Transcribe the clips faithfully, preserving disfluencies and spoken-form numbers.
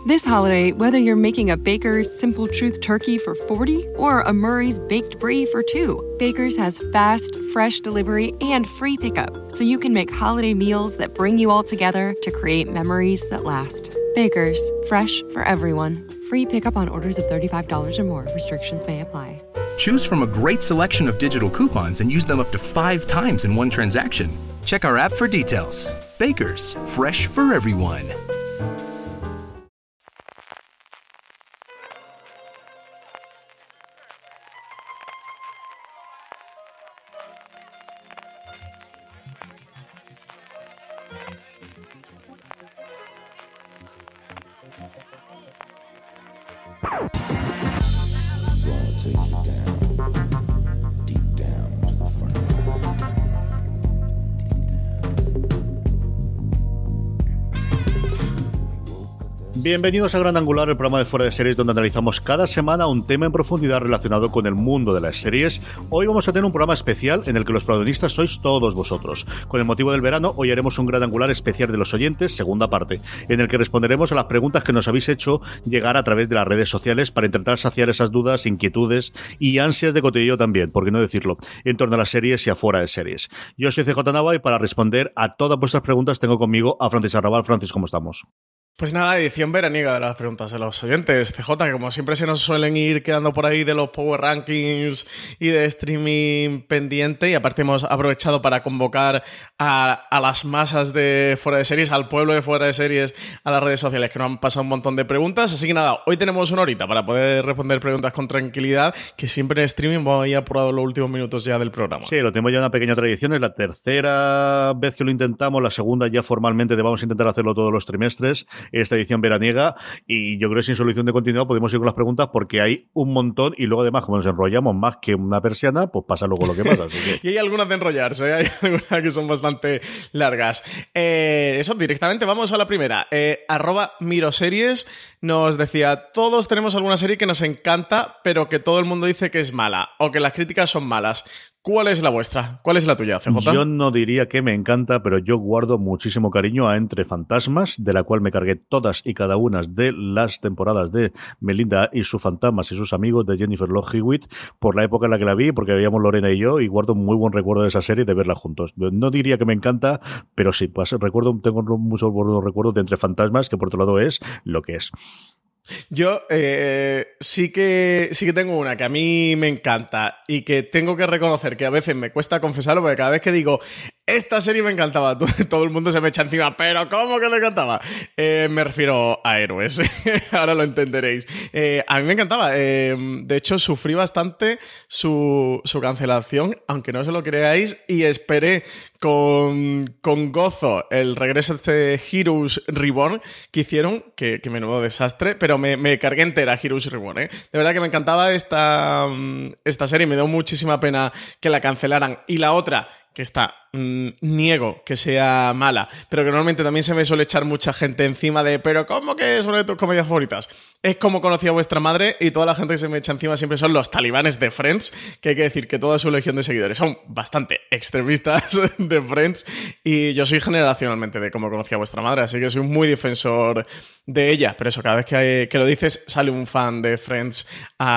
This holiday, whether you're making a Baker's Simple Truth turkey for forty or a Murray's Baked Brie for two, Baker's has fast, fresh delivery and free pickup, so you can make holiday meals that bring you all together to create memories that last. Baker's, fresh for everyone. Free pickup on orders of thirty-five dollars or more. Restrictions may apply. Choose from a great selection of digital coupons and use them up to five times in one transaction. Check our app for details. Baker's, fresh for everyone. Bienvenidos a Gran Angular, el programa de Fuera de Series donde analizamos cada semana un tema en profundidad relacionado con el mundo de las series. Hoy vamos a tener un programa especial en el que los protagonistas sois todos vosotros. Con el motivo del verano, hoy haremos un Gran Angular especial de los oyentes, segunda parte, en el que responderemos a las preguntas que nos habéis hecho llegar a través de las redes sociales para intentar saciar esas dudas, inquietudes y ansias de cotilleo también, por qué no decirlo, en torno a las series y a Fuera de Series. Yo soy C J Nava y para responder a todas vuestras preguntas tengo conmigo a Francis Arrabal. Francis, ¿cómo estamos? Pues nada, edición veraniega de las preguntas de los oyentes. C J, que como siempre se nos suelen ir quedando por ahí de los Power Rankings y de streaming pendiente, y aparte hemos aprovechado para convocar a, a las masas de Fuera de Series, al pueblo de Fuera de Series, a las redes sociales, que nos han pasado un montón de preguntas. Así que nada, hoy tenemos una horita para poder responder preguntas con tranquilidad, que siempre en streaming vamos a ir apurado los últimos minutos ya del programa. Sí, lo tenemos ya una pequeña tradición, es la tercera vez que lo intentamos, la segunda ya formalmente vamos a intentar hacerlo todos los trimestres, esta edición veraniega, y yo creo que sin solución de continuidad podemos ir con las preguntas porque hay un montón y luego además como nos enrollamos más que una persiana, pues pasa luego lo que pasa. Así que... y hay algunas de enrollarse, ¿eh? Hay algunas que son bastante largas. Eh, eso, directamente vamos a la primera. Eh, arroba Miroseries nos decía: todos tenemos alguna serie que nos encanta pero que todo el mundo dice que es mala o que las críticas son malas. ¿Cuál es la vuestra? ¿Cuál es la tuya, C J? Yo no diría que me encanta, pero yo guardo muchísimo cariño a Entre Fantasmas, de la cual me cargué todas y cada una de las temporadas de Melinda y sus fantasmas y sus amigos de Jennifer Love Hewitt por la época en la que la vi, porque veíamos Lorena y yo, y guardo un muy buen recuerdo de esa serie, de verla juntos. No diría que me encanta, pero sí, pues recuerdo, tengo muchos buenos recuerdos de Entre Fantasmas, que por otro lado es lo que es. Yo eh, sí que sí que tengo una que a mí me encanta y que tengo que reconocer que a veces me cuesta confesarlo, porque cada vez que digo esta serie me encantaba, todo el mundo se me echa encima, pero ¿cómo que te encantaba? Eh, me refiero a Héroes. Ahora lo entenderéis. Eh, a mí me encantaba. Eh, de hecho, sufrí bastante su, su cancelación, aunque no se lo creáis, y esperé con, con gozo el regreso de Heroes Reborn que hicieron, que, que menudo desastre, pero me, me cargué entera Heroes Reborn, ¿eh? De verdad que me encantaba esta, esta serie, me dio muchísima pena que la cancelaran. Y la otra, que está, mmm, niego que sea mala, pero que normalmente también se me suele echar mucha gente encima de ¿pero cómo que es una de tus comedias favoritas? Es Cómo conocí a vuestra madre, y toda la gente que se me echa encima siempre son los talibanes de Friends, que hay que decir que toda su legión de seguidores son bastante extremistas de Friends, y yo soy generacionalmente de Cómo conocí a vuestra madre, así que soy muy defensor de ella, pero eso, cada vez que, hay, que lo dices sale un fan de Friends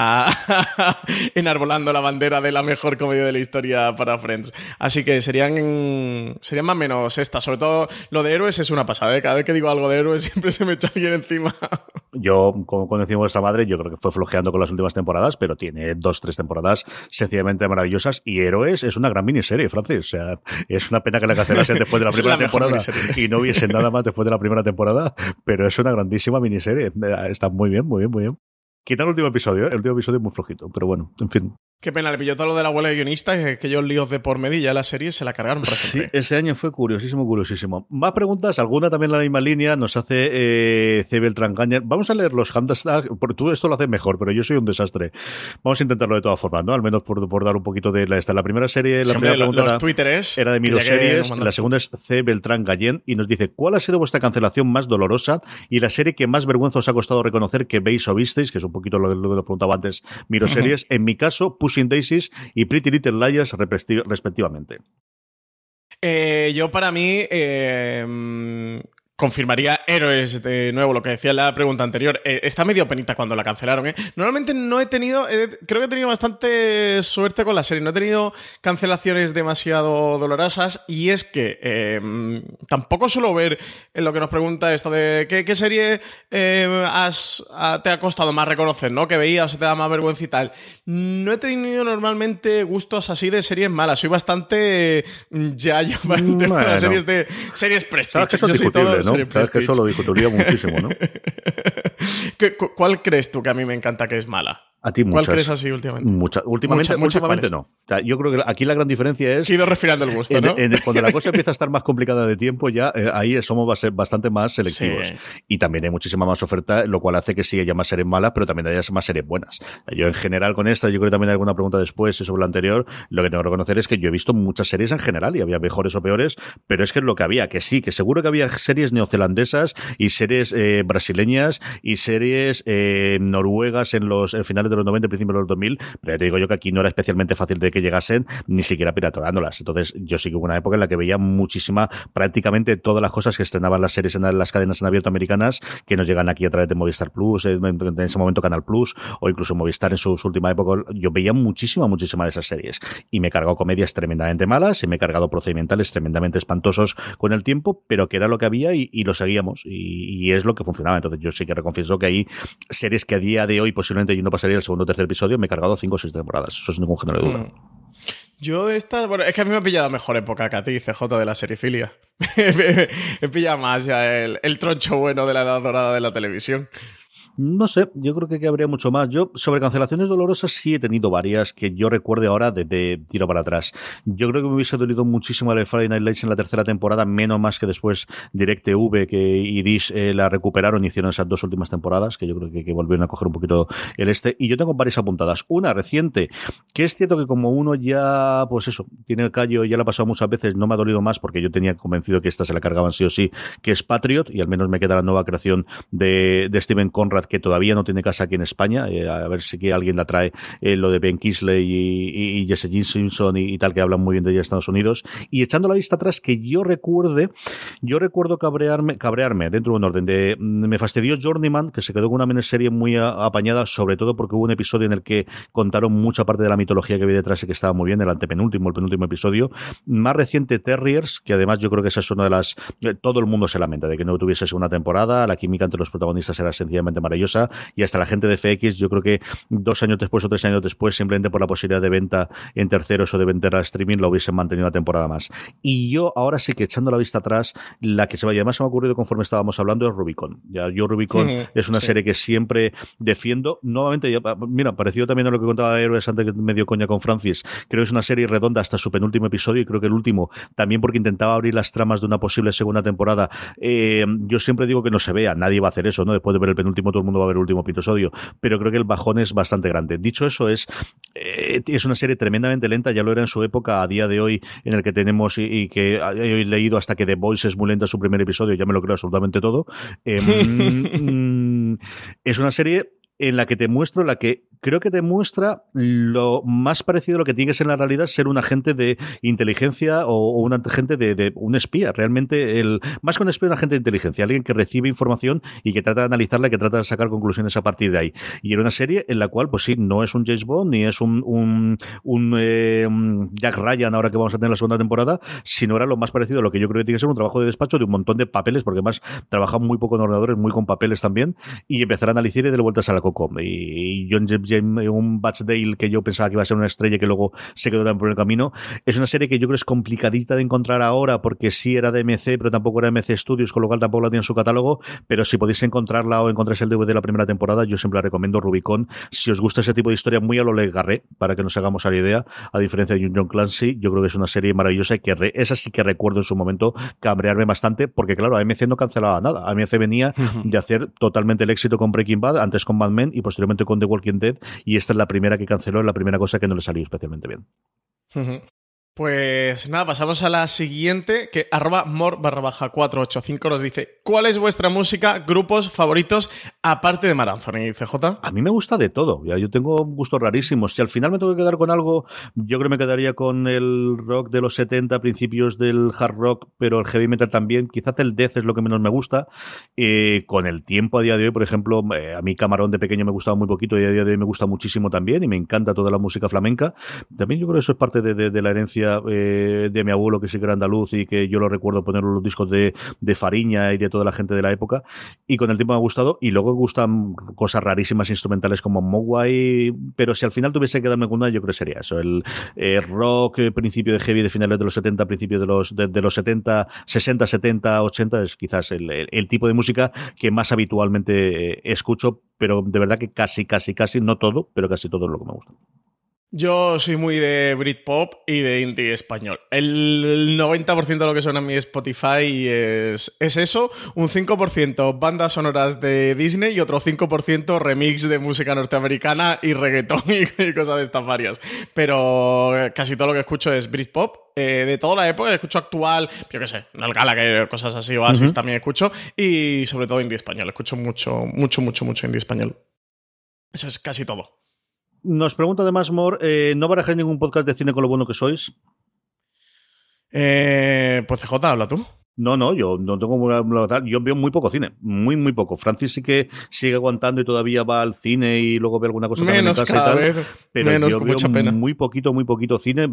a enarbolando la bandera de la mejor comedia de la historia para Friends, así que que serían, serían más o menos estas. Sobre todo lo de Héroes es una pasada, ¿eh? Cada vez que digo algo de Héroes siempre se me echa alguien encima. Yo, como conocí a vuestra madre, yo creo que fue flojeando con las últimas temporadas, pero tiene dos, tres temporadas sencillamente maravillosas, y Héroes es una gran miniserie, Francis. O sea, es una pena que la cancelasen después de la primera la temporada y no hubiese nada más después de la primera temporada, pero es una grandísima miniserie. Está muy bien, muy bien, muy bien. Quita el último episodio, ¿eh? El último episodio es muy flojito, pero bueno, en fin. Qué pena, le pilló todo lo de la abuela de guionista, y aquellos líos de por medio y ya la serie se la cargaron para siempre. Sí, ese año fue curiosísimo, curiosísimo. Más preguntas, alguna también en la misma línea, nos hace eh, C. Beltrangaña. Vamos a leer los hashtags, porque tú esto lo haces mejor, pero yo soy un desastre. Vamos a intentarlo de todas formas, ¿no? Al menos por, por dar un poquito de la, esta. La primera serie, la Siempre primera pregunta los era, Twitteres, era de Miroseries, no la segunda es C. Beltrán Gallén, y nos dice: ¿cuál ha sido vuestra cancelación más dolorosa y la serie que más vergüenza os ha costado reconocer que veis o visteis? Que es un poquito lo, lo que lo preguntaba antes Miroseries. Uh-huh. En mi caso, Pushing Daisies y Pretty Little Liars respectivamente. Eh, yo para mí, eh, confirmaría Héroes de nuevo, lo que decía en la pregunta anterior. Eh, está medio penita cuando la cancelaron, ¿eh? Normalmente no he tenido, eh, creo que he tenido bastante suerte con la serie, no he tenido cancelaciones demasiado dolorosas, y es que eh, tampoco suelo ver en lo que nos pregunta esto de qué, qué serie eh, has, a, te ha costado más reconocer, ¿no? Que veías o te da más vergüenza y tal. No he tenido normalmente gustos así de series malas, soy bastante ya, ya de bueno. series de series Prestige. Sabes que eso es discutible, ¿no? Sabes que eso lo discutiría muchísimo, ¿no? ¿Cuál crees tú que a mí me encanta que es mala? A ti muchas. ¿Cuál crees así últimamente? Mucha, últimamente, muchas, muchas últimamente no. O sea, yo creo que aquí la gran diferencia es... He ido respirando el gusto, ¿no? En, en, cuando la cosa empieza a estar más complicada de tiempo, ya eh, ahí somos bastante más selectivos. Sí. Y también hay muchísima más oferta, lo cual hace que sí haya más series malas, pero también haya más series buenas. Yo en general con esta, yo creo que también hay alguna pregunta después sobre la anterior, lo que tengo que reconocer es que yo he visto muchas series en general y había mejores o peores, pero es que es lo que había, que sí, que seguro que había series neozelandesas y series eh, brasileñas y series eh, noruegas en los en finales de los noventa, principios de los dos mil, pero ya te digo yo que aquí no era especialmente fácil de que llegasen, ni siquiera pirateándolas. Entonces yo sí que hubo una época en la que veía muchísima, prácticamente todas las cosas que estrenaban las series en las cadenas en abierto americanas, que nos llegan aquí a través de Movistar Plus, en ese momento Canal Plus, o incluso Movistar en su, su última época. Yo veía muchísima, muchísima de esas series. Y me he cargado comedias tremendamente malas, y me he cargado procedimentales tremendamente espantosos con el tiempo, pero que era lo que había y, y lo seguíamos. Y, y es lo que funcionaba. Entonces yo sí que reconfieso que hay series que a día de hoy posiblemente yo no pasaría el segundo o tercer episodio, me he cargado cinco o seis temporadas. Eso sin ningún género de duda. Mm. Yo esta, bueno, es que a mí me ha pillado mejor época que a ti, C J, de la serifilia. He pillado más ya el, el troncho bueno de la edad dorada de la televisión. No sé, yo creo que habría mucho más. Yo, sobre cancelaciones dolorosas, sí he tenido varias que yo recuerde ahora de, de tiro para atrás. Yo creo que me hubiese dolido muchísimo la de Friday Night Lights en la tercera temporada, menos más que después DirecTV que y Dish eh, la recuperaron y hicieron esas dos últimas temporadas, que yo creo que, que volvieron a coger un poquito el este. Y yo tengo varias apuntadas. Una reciente, que es cierto que como uno ya, pues eso, tiene el callo, ya la ha pasado muchas veces, no me ha dolido más porque yo tenía convencido que esta se la cargaban sí o sí, que es Patriot, y al menos me queda la nueva creación de, de Steven Conrad, que todavía no tiene casa aquí en España, eh, a ver si alguien la trae, eh, lo de Ben Kingsley y, y, y Jesse James Simpson y, y tal, que hablan muy bien de ella en Estados Unidos. Y echando la vista atrás, que yo recuerde, yo recuerdo cabrearme, cabrearme dentro de un orden de, me fastidió Journeyman, que se quedó con una miniserie muy a, apañada, sobre todo porque hubo un episodio en el que contaron mucha parte de la mitología que había detrás y que estaba muy bien, el antepenúltimo, el penúltimo episodio. Más reciente, Terriers, que además yo creo que esa es una de las, eh, todo el mundo se lamenta de que no tuviese segunda temporada, la química entre los protagonistas era sencillamente maravillosa, y hasta la gente de F X, yo creo que dos años después o tres años después, simplemente por la posibilidad de venta en terceros o de vender a streaming, lo hubiesen mantenido una temporada más. Y yo ahora sí que, echando la vista atrás, la que se vaya, además se me ha ocurrido conforme estábamos hablando, es Rubicon. Ya, yo Rubicon mm, es una sí. serie que siempre defiendo. Nuevamente, ya, mira, parecido también a lo que contaba Héroes antes, que me dio coña con Francis, creo que es una serie redonda hasta su penúltimo episodio, y creo que el último, también porque intentaba abrir las tramas de una posible segunda temporada. Eh, yo siempre digo que no se vea, nadie va a hacer eso, ¿no? Después de ver el penúltimo, todo el mundo va a ver el último episodio, pero creo que el bajón es bastante grande. Dicho eso, es eh, es una serie tremendamente lenta, ya lo era en su época, a día de hoy, en el que tenemos y, y que he leído hasta que The Voice es muy lenta su primer episodio, ya me lo creo absolutamente todo. Eh, mm, es una serie en la que te muestro, la que creo que te muestra lo más parecido a lo que tiene que ser en la realidad, ser un agente de inteligencia o, o un agente de, de un espía. Realmente, el más que un espía, un agente de inteligencia, alguien que recibe información y que trata de analizarla y que trata de sacar conclusiones a partir de ahí. Y era una serie en la cual, pues sí, no es un James Bond, ni es un, un, un, eh, un Jack Ryan ahora que vamos a tener la segunda temporada, sino era lo más parecido a lo que yo creo que tiene que ser un trabajo de despacho de un montón de papeles, porque además trabajan muy poco en ordenadores, muy con papeles también, y empezar a analizar y darle vueltas a la coco. Y, y John James, un Batchdale que yo pensaba que iba a ser una estrella que luego se quedó también por el camino. Es una serie que yo creo es complicadita de encontrar ahora, porque sí era de M C, pero tampoco era M C Studios, con lo cual tampoco la tiene en su catálogo, pero si podéis encontrarla o encontráis el D V D de la primera temporada, yo siempre la recomiendo, Rubicon. Si os gusta ese tipo de historia muy a lo Le Carré, para que nos hagamos a la idea, a diferencia de John Clancy, yo creo que es una serie maravillosa y que re, esa sí que recuerdo en su momento cabrearme bastante, porque claro, A M C no cancelaba nada. A M C venía de hacer totalmente el éxito con Breaking Bad, antes con Mad Men y posteriormente con The Walking Dead, y esta es la primera que canceló, es la primera cosa que no le salió especialmente bien. Uh-huh. Pues nada, pasamos a la siguiente, que arroba mor barra baja cuatro ocho cinco nos dice: ¿cuál es vuestra música, grupos favoritos, aparte de Mar Anthony, C J? A mí me gusta de todo, ya, yo tengo gustos rarísimos. Si al final me tengo que quedar con algo, yo creo que me quedaría con el rock de los setenta, principios del hard rock, pero el heavy metal también. Quizás el death es lo que menos me gusta. Eh, con el tiempo a día de hoy, por ejemplo, eh, a mí Camarón de pequeño me gustaba muy poquito y a día de hoy me gusta muchísimo también, y me encanta toda la música flamenca. También yo creo que eso es parte de, de, de la herencia Eh, de mi abuelo, que sí que era andaluz, y que yo lo recuerdo poner los discos de, de Fariña y de toda la gente de la época, y con el tiempo me ha gustado. Y luego me gustan cosas rarísimas instrumentales como Mogwai, pero si al final tuviese que darme con una, yo creo que sería eso, el eh, rock, eh, principio de heavy de finales de los setenta, principio de los de, de los setenta, sesenta, setenta, ochenta, es quizás el, el, el tipo de música que más habitualmente eh, escucho, pero de verdad que casi, casi, casi, no todo, pero casi todo es lo que me gusta. Yo soy muy de Britpop y de indie español. El noventa por ciento de lo que suena en mi Spotify es, es eso, un cinco por ciento bandas sonoras de Disney y otro cinco por ciento remix de música norteamericana y reggaetón y, y cosas de estas varias. Pero casi todo lo que escucho es Britpop. Eh, de toda la época, escucho actual, yo qué sé, Nalgala, que cosas así, Oasis uh-huh. también escucho, y sobre todo indie español. Escucho mucho, mucho, mucho, mucho indie español. Eso es casi todo. Nos pregunta además, Mor, eh, ¿no barajáis ningún podcast de cine con lo bueno que sois? Eh, pues C J, habla tú. No, no, yo no tengo yo veo muy poco cine, muy, muy poco. Francis sí que sigue aguantando y todavía va al cine y luego ve alguna cosa menos también en casa y tal. Vez, pero menos, yo con veo mucha pena. muy poquito, muy poquito cine.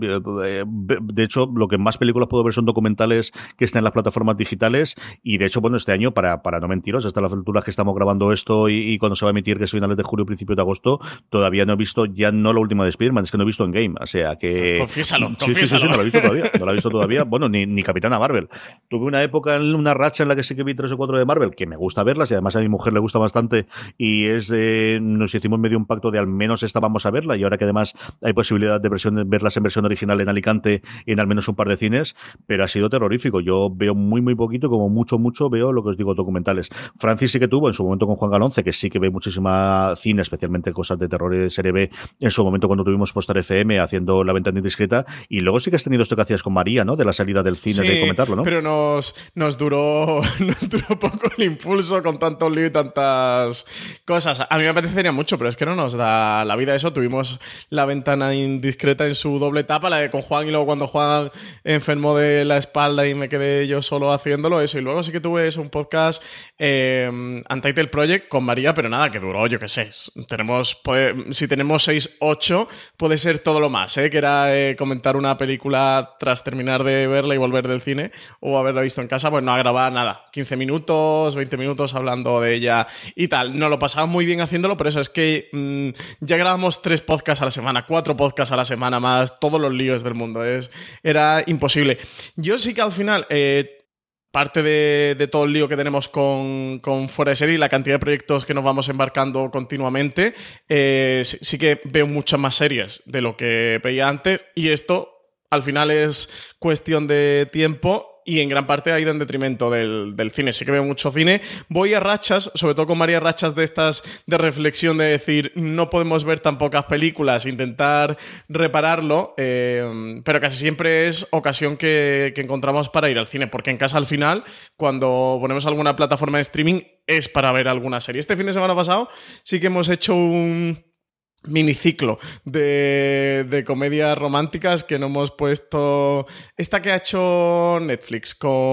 De hecho, lo que más películas puedo ver son documentales que están en las plataformas digitales. Y de hecho, bueno, este año, para, para no mentiros, hasta las alturas que estamos grabando esto y, y cuando se va a emitir, que es finales de julio, principios de agosto, todavía no he visto, ya no la última de Spider-Man, es que no he visto en Game. O sea que. Confiésalo, sí, confiésalo. Sí, sí, sí, no la he visto todavía. No la he visto todavía. Bueno, ni, ni Capitana Marvel. Tuve una época en una racha en la que sí que vi tres o cuatro de Marvel, que me gusta verlas, y además a mi mujer le gusta bastante, y es eh, nos hicimos medio un pacto de al menos esta vamos a verla, y ahora que además hay posibilidad de versión, de verlas en versión original en Alicante y en al menos un par de cines, pero ha sido terrorífico. Yo veo muy muy poquito, como mucho mucho veo lo que os digo, documentales. Francis sí que tuvo en su momento con Juan Galonce, que sí que ve muchísima cine, especialmente cosas de terror y de serie B, en su momento cuando tuvimos Postar F M haciendo La Ventana Indiscreta, y luego sí que has tenido esto que hacías con María, ¿no? De la salida del cine, sí, de comentarlo, ¿no? Pero nos, nos duró nos duró poco el impulso con tanto lío y tantas cosas. A mí me apetecería mucho, pero es que no nos da la vida eso. Tuvimos La Ventana Indiscreta en su doble etapa, la de con Juan, y luego cuando Juan enfermó de la espalda y me quedé yo solo haciéndolo, eso. Y luego sí que tuve eso, un podcast eh, Untitled Project con María, pero nada, que duró, yo qué sé. Tenemos, puede, si tenemos seis, ocho, puede ser todo lo más, ¿eh? Que era eh, comentar una película tras terminar de verla y volver del cine o haberla visto en casa, pues no ha grabado nada. quince minutos, veinte minutos hablando de ella y tal. No lo pasaba muy bien haciéndolo, pero eso es que mmm, ya grabamos tres podcasts a la semana, cuatro podcasts a la semana, más todos los líos del mundo. Es, era imposible. Yo sí que al final, eh, parte de, de todo el lío que tenemos con, con Fuera de Serie y la cantidad de proyectos que nos vamos embarcando continuamente, eh, sí, sí que veo muchas más series de lo que veía antes, y esto al final es cuestión de tiempo. Y en gran parte ha ido en detrimento del, del cine. Sí que veo mucho cine. Voy a rachas, sobre todo con varias rachas de estas de reflexión, de decir, no podemos ver tan pocas películas, intentar repararlo, eh, pero casi siempre es ocasión que, que encontramos para ir al cine, porque en casa al final, cuando ponemos alguna plataforma de streaming, es para ver alguna serie. Este fin de semana pasado sí que hemos hecho un miniciclo de, de comedias románticas que no hemos puesto. Esta que ha hecho Netflix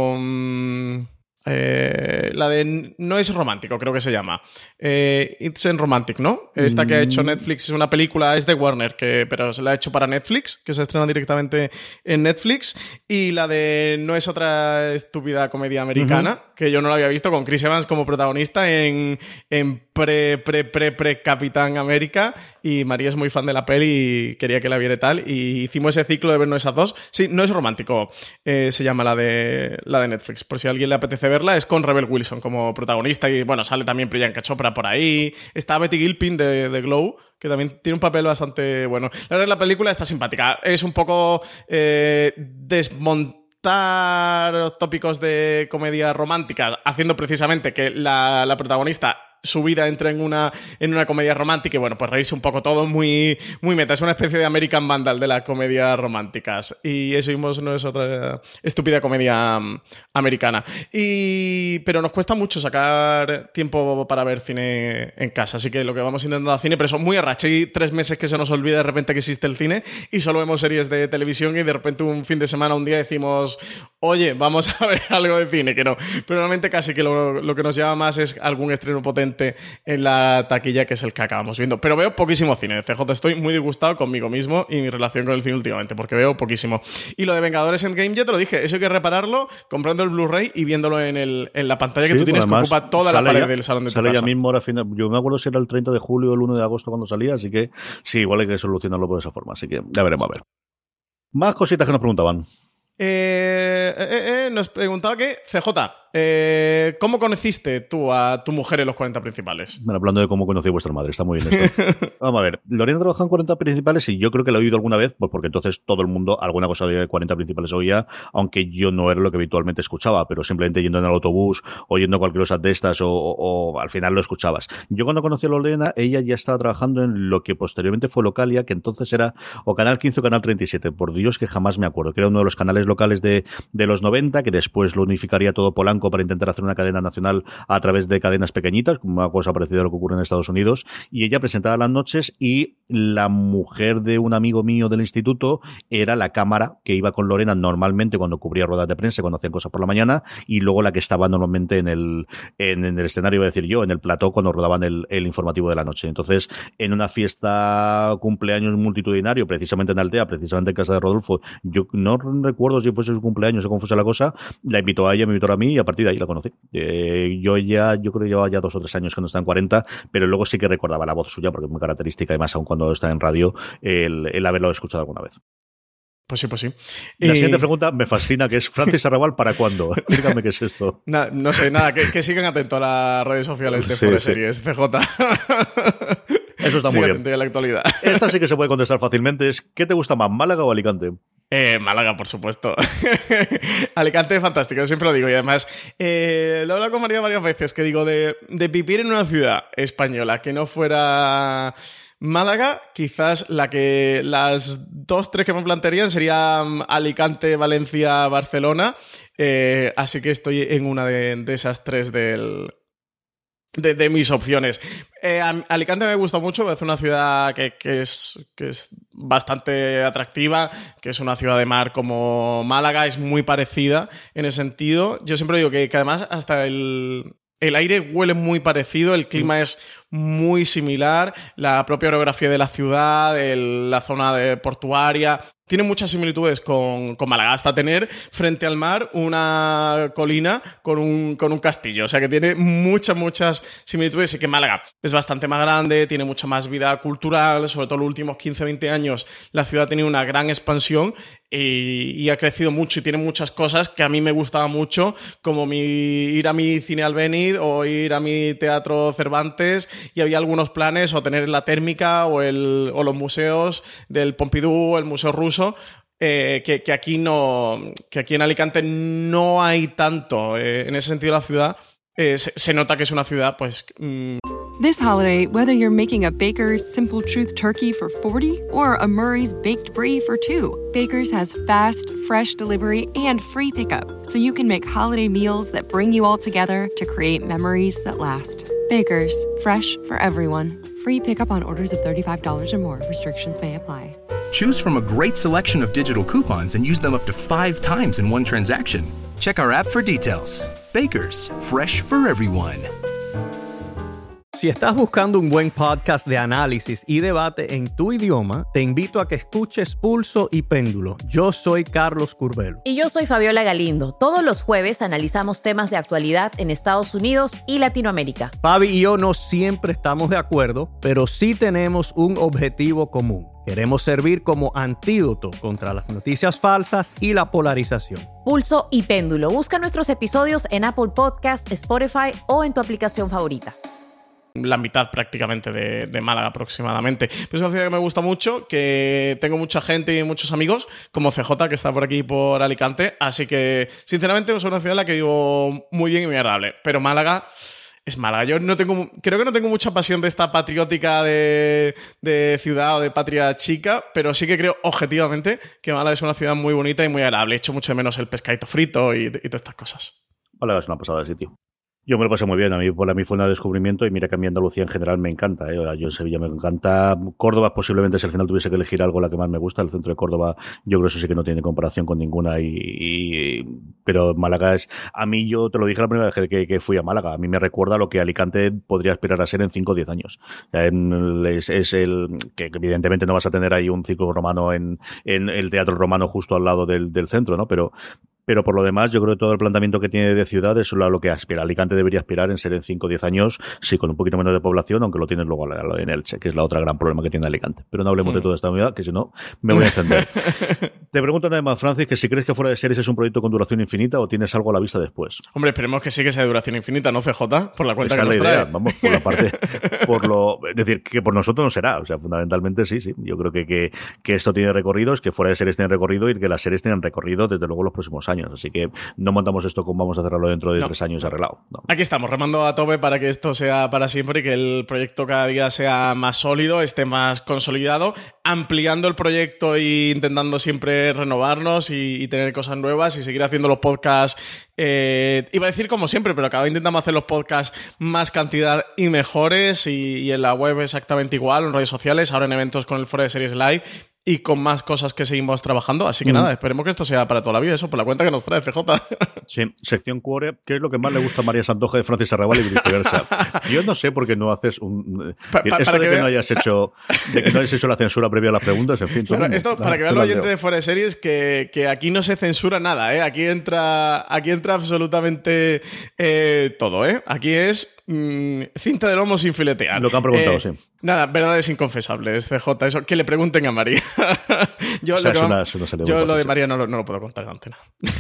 con eh, la de No es romántico, creo que se llama eh, It's en Romantic, ¿no? Esta que ha hecho Netflix es una película, es de Warner, que, pero se la ha hecho para Netflix, que se estrena directamente en Netflix. Y la de No es otra estúpida comedia americana, uh-huh. que yo no la había visto, con Chris Evans como protagonista en, en pre, pre, pre, pre Capitán América. Y María es muy fan de la peli y quería que la viera y tal. Y hicimos ese ciclo de vernos esas dos. Sí, No es romántico, eh, se llama la de, la de Netflix. Por si a alguien le apetece verla, es con Rebel Wilson como protagonista. Y bueno, sale también Priyanka Chopra por ahí. Está Betty Gilpin de, de Glow, que también tiene un papel bastante bueno. La verdad, la película está simpática. Es un poco eh, desmontar tópicos de comedia romántica, haciendo precisamente que la, la protagonista su vida entra en una, en una comedia romántica y bueno, pues reírse un poco todo, muy, muy meta. Es una especie de American Vandal de las comedias románticas. Y eso no es otra estúpida comedia um, americana. Y, pero nos cuesta mucho sacar tiempo para ver cine en casa, así que lo que vamos intentando hacer cine, pero son muy arrache. Hay tres meses que se nos olvida de repente que existe el cine y solo vemos series de televisión y de repente un fin de semana, un día decimos, oye, vamos a ver algo de cine, que no. Pero realmente casi que lo, lo que nos llama más es algún estreno potente en la taquilla, que es el que acabamos viendo. Pero veo poquísimo cine. C J, estoy muy disgustado conmigo mismo y mi relación con el cine últimamente, porque veo poquísimo. Y lo de Vengadores Endgame ya te lo dije, eso hay que repararlo comprando el Blu-ray y viéndolo en, el, en la pantalla que sí, tú tienes, que ocupa toda la pared ya, del salón de tu sale casa. Ya mismo ahora final. Yo me acuerdo si era el treinta de julio o el uno de agosto cuando salía, así que sí, igual hay que solucionarlo por esa forma, así que ya veremos a ver. Más cositas que nos preguntaban. Eh, eh, eh, nos preguntaba que, C J, eh, ¿cómo conociste tú a tu mujer en los cuarenta principales? Bueno, hablando de cómo conocí a vuestra madre, está muy bien esto. Vamos a ver, Lorena trabajó en cuarenta principales y yo creo que lo he oído alguna vez, pues porque entonces todo el mundo alguna cosa de cuarenta principales oía, aunque yo no era lo que habitualmente escuchaba, pero simplemente yendo en el autobús o yendo a cualquier cosa de estas o, o, o al final lo escuchabas. Yo cuando conocí a Lorena, ella ya estaba trabajando en lo que posteriormente fue Localia, que entonces era o Canal quince o Canal treinta y siete, por Dios que jamás me acuerdo, que era uno de los canales locales de, de los noventa, que después lo unificaría todo Polanco para intentar hacer una cadena nacional a través de cadenas pequeñitas, como una cosa parecida a lo que ocurre en Estados Unidos, y ella presentaba las noches y la mujer de un amigo mío del instituto era la cámara que iba con Lorena normalmente cuando cubría ruedas de prensa, cuando hacían cosas por la mañana, y luego la que estaba normalmente en el, en, en el escenario, iba a decir yo, en el plató cuando rodaban el, el informativo de la noche. Entonces, en una fiesta cumpleaños multitudinario, precisamente en Altea, precisamente en casa de Rodolfo, yo no recuerdo si fuese su cumpleaños o cómo fuese la cosa, la invitó a ella, me invitó a mí y a partir de ahí la conocí. Eh, yo ya, yo creo que llevaba ya dos o tres años que no está en cuarenta, pero luego sí que recordaba la voz suya porque es muy característica, además aun cuando está en radio, el, el haberlo escuchado alguna vez. Pues sí, pues sí. La y... siguiente pregunta me fascina, que es Francis Arrabal, ¿para cuándo? Explícame qué es esto. Na, no sé, nada, que, que sigan atentos a las redes sociales de sí, Fuera sí. Series, C J. Eso está muy bien. A la actualidad. Esta sí que se puede contestar fácilmente. Es, ¿qué te gusta más, Málaga o Alicante? Eh, Málaga, por supuesto. Alicante es fantástico, yo siempre lo digo. Y además, eh, lo he hablado con María varias veces, que digo, de, de vivir en una ciudad española que no fuera Málaga, quizás la que las dos, tres que me plantearían serían Alicante, Valencia, Barcelona. Eh, así que estoy en una de, de esas tres del... De, de mis opciones. Eh, Alicante me gusta mucho, es una ciudad que, que, es, que es bastante atractiva, que es una ciudad de mar como Málaga, es muy parecida en ese sentido. Yo siempre digo que, que además hasta el, el aire huele muy parecido, el clima es muy similar, la propia orografía de la ciudad, el, la zona de portuaria... Tiene muchas similitudes con, con Málaga, hasta tener frente al mar una colina con un, con un castillo. O sea que tiene muchas, muchas similitudes. Y que Málaga es bastante más grande, tiene mucha más vida cultural. Sobre todo en los últimos quince, veinte años la ciudad ha tenido una gran expansión y, y ha crecido mucho y tiene muchas cosas que a mí me gustaban mucho, como mi, ir a mi cine Albéniz o ir a mi teatro Cervantes, y había algunos planes, o tener la térmica o, el, o los museos del Pompidou, el Museo Ruso, Eh, que, que aquí no, que aquí en Alicante no hay tanto. Eh, en ese sentido, la ciudad eh, se, se nota que es una ciudad, pues. Mm... This holiday, whether you're making a Baker's Simple Truth turkey for forty or a Murray's baked brie for two, Baker's has fast, fresh delivery and free pickup, so you can make holiday meals that bring you all together to create memories that last. Baker's, fresh for everyone. Free pickup on orders of thirty-five dollars or more. Restrictions may apply. Choose from a great selection of digital coupons and use them up to five times in one transaction. Check our app for details. Baker's, fresh for everyone. Si estás buscando un buen podcast de análisis y debate en tu idioma, te invito a que escuches Pulso y Péndulo. Yo soy Carlos Curbelo. Y yo soy Fabiola Galindo. Todos los jueves analizamos temas de actualidad en Estados Unidos y Latinoamérica. Fabi y yo no siempre estamos de acuerdo, pero sí tenemos un objetivo común. Queremos servir como antídoto contra las noticias falsas y la polarización. Pulso y Péndulo. Busca nuestros episodios en Apple Podcast, Spotify o en tu aplicación favorita. La mitad prácticamente de, de Málaga aproximadamente. Pero es una ciudad que me gusta mucho, que tengo mucha gente y muchos amigos, como C J, que está por aquí por Alicante, así que sinceramente es una ciudad en la que vivo muy bien y muy agradable. Pero Málaga es Málaga. Yo no tengo, creo que no tengo mucha pasión de esta patriótica de, de ciudad o de patria chica, pero sí que creo objetivamente que Málaga es una ciudad muy bonita y muy agradable. He hecho mucho de menos el pescadito frito y, y todas estas cosas. Málaga es una pasada de sitio. Yo me lo pasé muy bien, a mí, para mí fue un descubrimiento y mira que a mí Andalucía en general me encanta, ¿eh? Yo en Sevilla me encanta, Córdoba posiblemente si al final tuviese que elegir algo la que más me gusta, el centro de Córdoba yo creo que eso sí que no tiene comparación con ninguna, y, y pero Málaga es, a mí yo te lo dije la primera vez que, que fui a Málaga, a mí me recuerda lo que Alicante podría aspirar a ser en cinco o diez años, o sea, en, es, es el, que evidentemente no vas a tener ahí un ciclo romano en, en el teatro romano justo al lado del, del centro, ¿no? Pero Pero por lo demás, yo creo que todo el planteamiento que tiene de ciudad es lo que aspira. Alicante debería aspirar en ser en cinco o diez años, sí, con un poquito menos de población, aunque lo tienes luego en Elche, que es la otra gran problema que tiene Alicante. Pero no hablemos mm. de toda esta unidad, que si no, me voy a encender. Te pregunto además, Francis, que si crees que Fuera de Series es un proyecto con duración infinita o tienes algo a la vista después. Hombre, esperemos que sí que sea de duración infinita, ¿no, C J? Por la cuenta Esa que nos es la idea. trae. Vamos, por la parte, por lo, es decir, que por nosotros no será, o sea, fundamentalmente sí, sí. Yo creo que, que, que esto tiene recorridos, que Fuera de Series tiene recorrido y que las series tienen recorrido desde luego los próximos años, así que no montamos esto como vamos a cerrarlo dentro de no. tres años arreglado. No. Aquí estamos, remando a tope para que esto sea para siempre y que el proyecto cada día sea más sólido, esté más consolidado, ampliando el proyecto e intentando siempre renovarnos y, y tener cosas nuevas y seguir haciendo los podcasts. Eh, iba a decir como siempre, pero cada vez intentamos hacer los podcasts más cantidad y mejores, y, y en la web exactamente igual, en redes sociales, ahora en eventos con el Fuera de Series Live y con más cosas que seguimos trabajando. Así que mm. nada, esperemos que esto sea para toda la vida, eso por la cuenta que nos trae C J. Sí, sección Cuore, ¿qué es lo que más le gusta a María Santoja de Francis Arrabal y viceversa? Yo no sé por qué no haces un... Pa, pa, esto de que, que no hayas hecho de que no hayas hecho la censura previa a las preguntas, en fin. Claro, esto, para que vean los oyentes de Fuera de Series, que, que aquí no se censura nada, ¿eh? Aquí entra, aquí entra absolutamente eh, todo, ¿eh? Aquí es mmm, cinta de lomo sin filetear. Lo que han preguntado, eh, sí. Nada, verdades inconfesables, C J. Eso, que le pregunten a María. yo o sea, lo, que una, va, yo lo de María no, no lo puedo contar en antena.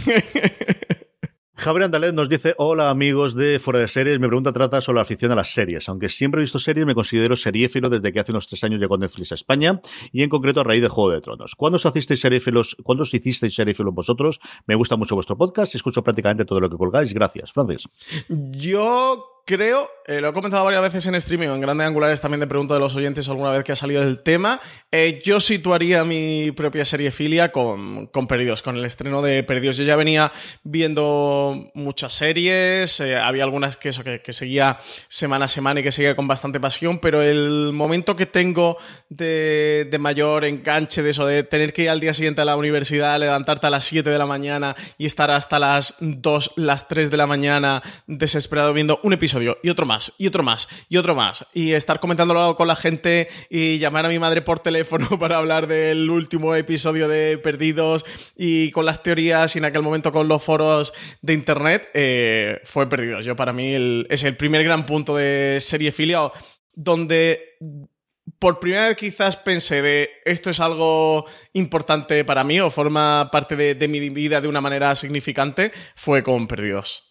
Javier Andalet nos dice: hola amigos de Fuera de Series, mi pregunta trata sobre la afición a las series. Aunque siempre he visto series, me considero seriéfilo desde que hace unos tres años llegó Netflix a España, y en concreto a raíz de Juego de Tronos. ¿Cuándo os hicisteis seriéfilos, ¿cuándo os hicisteis seriéfilos vosotros? Me gusta mucho vuestro podcast y escucho prácticamente todo lo que colgáis. Gracias, Francis. Yo creo, eh, lo he comentado varias veces en streaming o en Grandes Angulares, también te pregunto de los oyentes alguna vez que ha salido el tema. Eh, yo situaría mi propia seriefilia con, con Perdidos, con el estreno de Perdidos. Yo ya venía viendo muchas series, eh, había algunas que, eso, que, que seguía semana a semana y que seguía con bastante pasión, pero el momento que tengo de, de mayor enganche de eso, de tener que ir al día siguiente a la universidad, levantarte a las siete de la mañana y estar hasta las dos, las tres de la mañana desesperado viendo un episodio y otro más, y otro más, y otro más, y estar comentándolo con la gente y llamar a mi madre por teléfono para hablar del último episodio de Perdidos y con las teorías y en aquel momento con los foros de internet, eh, fue Perdidos. Yo para mí el, es el primer gran punto de seriefilia donde por primera vez quizás pensé de esto es algo importante para mí o forma parte de, de mi vida de una manera significante, fue con Perdidos.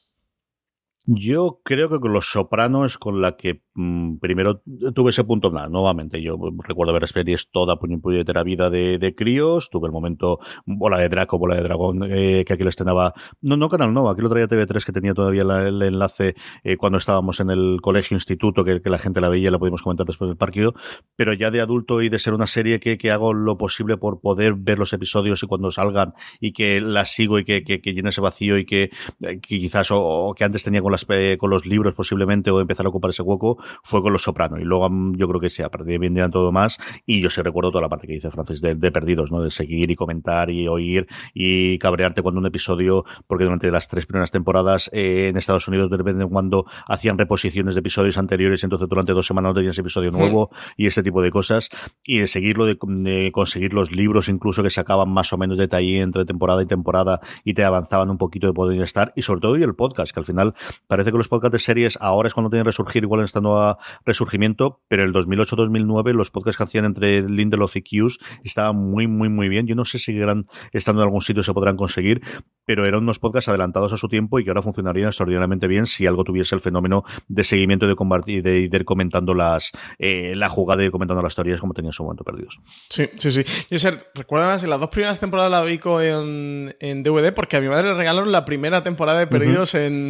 Yo creo que con Los Soprano es con la que mmm, primero tuve ese punto nada, nuevamente. Yo recuerdo ver series toda puñetera vida de, de críos. Tuve el momento Bola de Draco, Bola de Dragón, eh, que aquí lo estrenaba. No, no Canal Nova, aquí lo traía T V tres, que tenía todavía la, el enlace eh, cuando estábamos en el colegio instituto, que, que la gente la veía y la pudimos comentar después del partido. Pero ya de adulto y de ser una serie que, que hago lo posible por poder ver los episodios y cuando salgan y que la sigo y que, que, que llene ese vacío y que, que quizás o, o que antes tenía con las con los libros posiblemente o empezar a ocupar ese hueco fue con Los Soprano y luego yo creo que sí, a partir de bien de todo más y yo sí recuerdo toda la parte que dice Francis de, de Perdidos, ¿no? De seguir y comentar y oír y cabrearte cuando un episodio, porque durante las tres primeras temporadas eh, en Estados Unidos de vez en cuando hacían reposiciones de episodios anteriores, entonces durante dos semanas no tenías episodio nuevo mm. y ese tipo de cosas, y de seguirlo, de, de conseguir los libros incluso que sacaban más o menos detalle entre temporada y temporada y te avanzaban un poquito de poder estar, y sobre todo y el podcast, que al final parece que los podcasts de series ahora es cuando tienen que resurgir igual en este nuevo resurgimiento, pero el dos mil ocho dos mil nueve los podcasts que hacían entre Lindelof y Hughes estaban muy muy muy bien. Yo no sé si seguirán estando en algún sitio, se podrán conseguir, pero eran unos podcasts adelantados a su tiempo y que ahora funcionarían extraordinariamente bien si algo tuviese el fenómeno de seguimiento y de compartir, de, de ir comentando las eh, la jugada y ir comentando las teorías como tenían en su momento Perdidos. Sí, sí, sí. Yo sé, ¿recuerdas? En las dos primeras temporadas la vi en, en D V D porque a mi madre le regalaron la primera temporada de Perdidos uh-huh. en,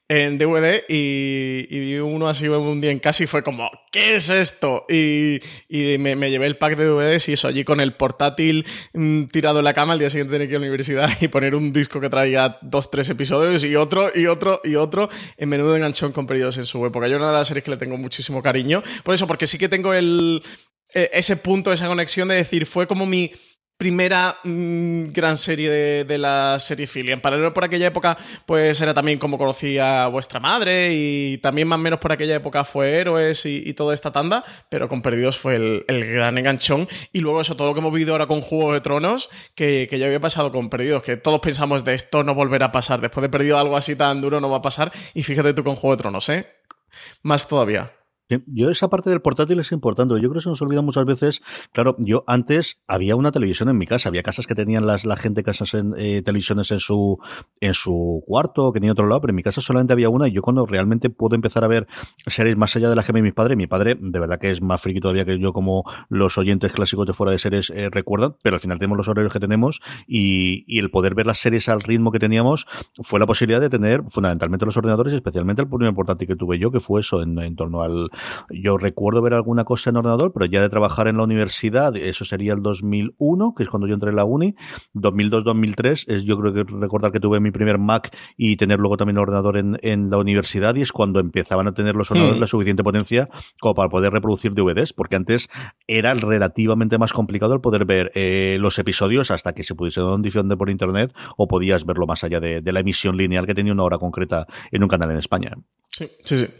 en D V D y, y vi uno así un día en casa y fue como, ¿qué es esto? Y, y me, me llevé el pack de D V Ds y eso, allí con el portátil mmm, tirado en la cama, al día siguiente tenía que ir a la universidad y poner un disco que traía dos, tres episodios y otro, y otro, y otro, en menudo enganchón con Perdidos en su época. Yo una de las series que le tengo muchísimo cariño, por eso, porque sí que tengo el ese punto, esa conexión de decir, fue como mi primera mmm, gran serie de, de la serie Philly. En paralelo por aquella época, pues era también como conocí a vuestra madre y también más o menos por aquella época fue Héroes y, y toda esta tanda, pero con Perdidos fue el, el gran enganchón. Y luego eso, todo lo que hemos vivido ahora con Juego de Tronos, que, que ya había pasado con Perdidos, que todos pensamos de esto no volverá a pasar. Después de Perdido algo así tan duro no va a pasar. Y fíjate tú con Juego de Tronos, ¿eh? Más todavía. Yo esa parte del portátil es importante. Yo creo que se nos olvida muchas veces. Claro, yo antes había una televisión en mi casa. Había casas que tenían las, la gente casas en eh, televisiones en su en su cuarto, que tenía otro lado, pero en mi casa solamente había una. Y yo cuando realmente puedo empezar a ver series más allá de las que ve mi padre, mi padre de verdad que es más friki todavía que yo, como los oyentes clásicos de Fuera de Series eh, recuerdan, pero al final tenemos los horarios que tenemos y, y el poder ver las series al ritmo que teníamos fue la posibilidad de tener fundamentalmente los ordenadores y especialmente el primer portátil que tuve yo, que fue eso en, en torno al... Yo recuerdo ver alguna cosa en ordenador, pero ya de trabajar en la universidad, eso sería el dos mil uno, que es cuando yo entré en la uni, dos mil dos dos mil tres, es yo creo que recordar que tuve mi primer Mac y tener luego también ordenador en, en la universidad, y es cuando empezaban a tener los ordenadores mm. la suficiente potencia como para poder reproducir D V Ds, porque antes era relativamente más complicado el poder ver eh, los episodios hasta que se pudiese dar un difusor por internet, o podías verlo más allá de, de la emisión lineal que tenía una hora concreta en un canal en España. Sí, sí, sí.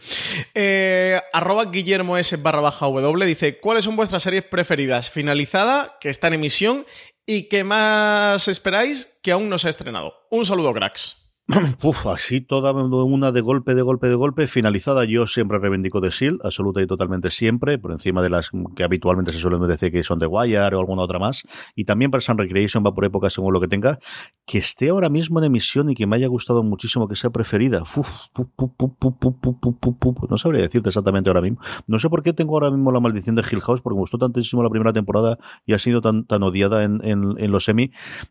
Eh, arroba Guillermo S barra baja W dice, ¿cuáles son vuestras series preferidas? Finalizada, que está en emisión y que más esperáis que aún no se ha estrenado. Un saludo, cracks. Uf, así toda una de golpe, de golpe, de golpe. Finalizada, yo siempre reivindico The Shield, absoluta y totalmente siempre, por encima de las que habitualmente se suelen decir que son The Wire o alguna otra más. Y también Parks and Recreation va por época según lo que tenga. Que esté ahora mismo en emisión y que me haya gustado muchísimo, que sea preferida. Uf, pu, pu, pu, pu, pu, pu, pu, pu, pu. No sabría decirte exactamente ahora mismo. No sé por qué tengo ahora mismo la maldición de Hill House, porque me gustó tantísimo la primera temporada y ha sido tan, tan odiada en, en, en los semi.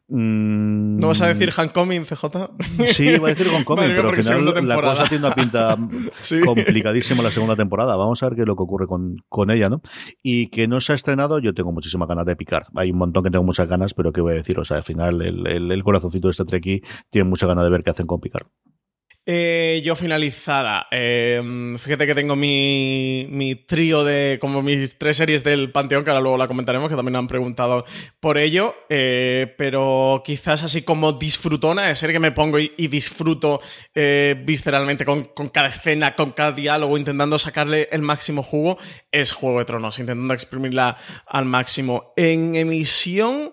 Mm. ¿No vas a decir Homecoming, C J? Sí, iba a decir Homecoming, pero al final la cosa tiene una pinta sí. complicadísima la segunda temporada. Vamos a ver qué es lo que ocurre con, con ella, ¿no? Y que no se ha estrenado, yo tengo muchísimas ganas de Picard. Hay un montón que tengo muchas ganas, pero qué voy a decir, o sea, al final el, el, el corazoncito de este Trekkie tiene muchas ganas de ver qué hacen con Picard. Eh, yo finalizada. Eh, fíjate que tengo mi, mi trío de como mis tres series del Panteón, que ahora luego la comentaremos, que también me han preguntado por ello. Eh, pero quizás así como disfrutona, de ser que me pongo y, y disfruto eh, visceralmente con, con cada escena, con cada diálogo, intentando sacarle el máximo jugo, es Juego de Tronos, intentando exprimirla al máximo. En emisión...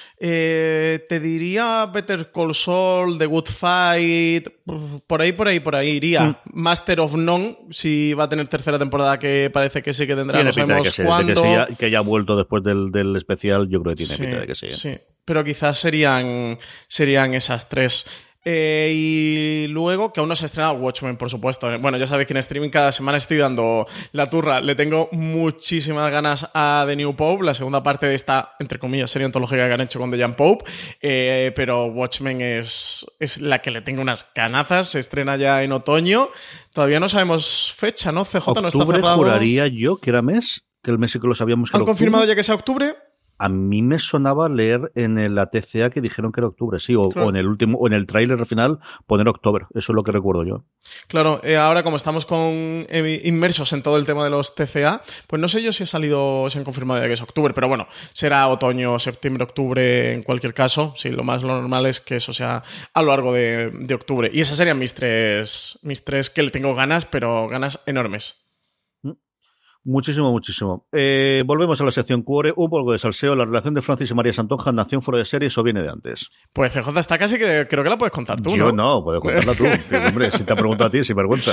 Eh, te diría Better Call Saul, The Good Fight, por ahí, por ahí, por ahí iría. Mm. Master of None, si va a tener tercera temporada, que parece que sí que tendrá. Tiene no pinta sabemos de que, cuándo. Sí, que, que haya vuelto después del, del especial, yo creo que tiene sí, pinta de que sí. Sí, pero quizás serían, serían esas tres. Eh, y luego, que aún no se ha estrenado Watchmen, por supuesto. Bueno, ya sabéis que en streaming cada semana estoy dando la turra. Le tengo muchísimas ganas a The New Pope, la segunda parte de esta, entre comillas, serie antológica que han hecho con The Young Pope. Eh, pero Watchmen es, es la que le tengo unas ganazas. Se estrena ya en otoño. Todavía no sabemos fecha, ¿no? C J no está cerrado. Octubre juraría yo que era mes, que el mes sí que lo sabíamos que ¿Han era confirmado octubre. ya que sea octubre? A mí me sonaba leer en la T C A que dijeron que era octubre, sí, o, claro. o en el último, o en el tráiler final poner octubre, eso es lo que recuerdo yo. Claro, eh, ahora como estamos con eh, inmersos en todo el tema de los T C A, pues no sé yo si ha salido, se han confirmado ya que es octubre, pero bueno, será otoño, septiembre, octubre en cualquier caso. Sí, lo más lo normal es que eso sea a lo largo de, de octubre. Y esas serían mis tres, mis tres que le tengo ganas, pero ganas enormes. Muchísimo, muchísimo. Eh, volvemos a la sección Cuore, un poco de salseo. La relación de Francis y María Santonja, ¿nació en Fuera de Series o viene de antes? Pues C J está casi que creo que la puedes contar tú, Yo ¿no? no, puedo contarla tú. Pero, hombre, si te ha preguntado a ti, sin vergüenza.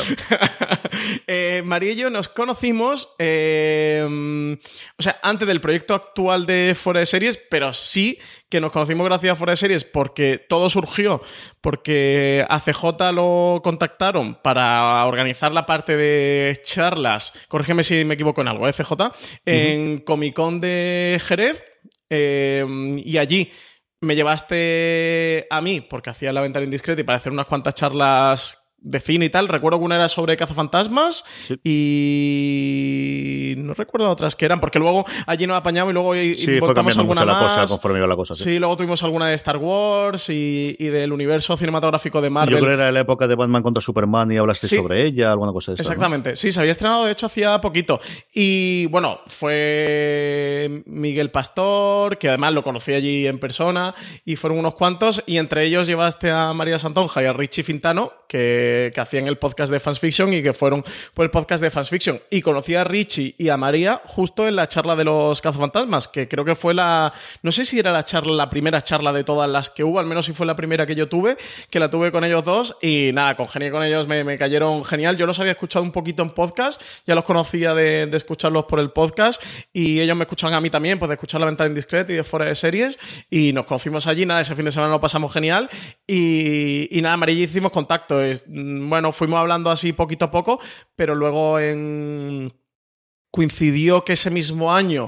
eh, María y yo nos conocimos, eh, o sea, antes del proyecto actual de Fuera de Series, pero sí que nos conocimos gracias a Fuera de Series porque todo surgió porque a C J lo contactaron para organizar la parte de charlas, corrígeme si me equivoco en algo, ¿eh, C J? En uh-huh. Comic Con de Jerez, eh, y allí me llevaste a mí porque hacía la ventana indiscreta y para hacer unas cuantas charlas de cine y tal. Recuerdo que una era sobre cazafantasmas sí. y no recuerdo otras que eran, porque luego allí nos apañamos y luego sí, fue cambiando alguna mucho más. la cosa conforme iba la cosa. Sí. sí, luego tuvimos alguna de Star Wars y, y del universo cinematográfico de Marvel. Yo creo que era la época de Batman contra Superman y hablaste sí. sobre ella, alguna cosa de eso. Exactamente, ¿no? sí, se había estrenado de hecho hacía poquito. Y bueno, fue Miguel Pastor, que además lo conocí allí en persona, y fueron unos cuantos, y entre ellos llevaste a María Santonja y a Richie Fintano, que, que hacían el podcast de Fans Fiction y que fueron por el podcast de Fans Fiction. Y conocí a Richie y a María justo en la charla de los cazafantasmas, que creo que fue la... No sé si era la charla, la primera charla de todas las que hubo, al menos si fue la primera que yo tuve, que la tuve con ellos dos, y nada, congenié con ellos, me, me cayeron genial. Yo los había escuchado un poquito en podcast, ya los conocía de, de escucharlos por el podcast, y ellos me escuchaban a mí también, pues de escuchar La Ventana Indiscreta y de Fuera de Series, y nos conocimos allí, nada, ese fin de semana lo pasamos genial, y, y nada, María y hicimos contacto. Es, bueno, fuimos hablando así poquito a poco, pero luego en... coincidió que ese mismo año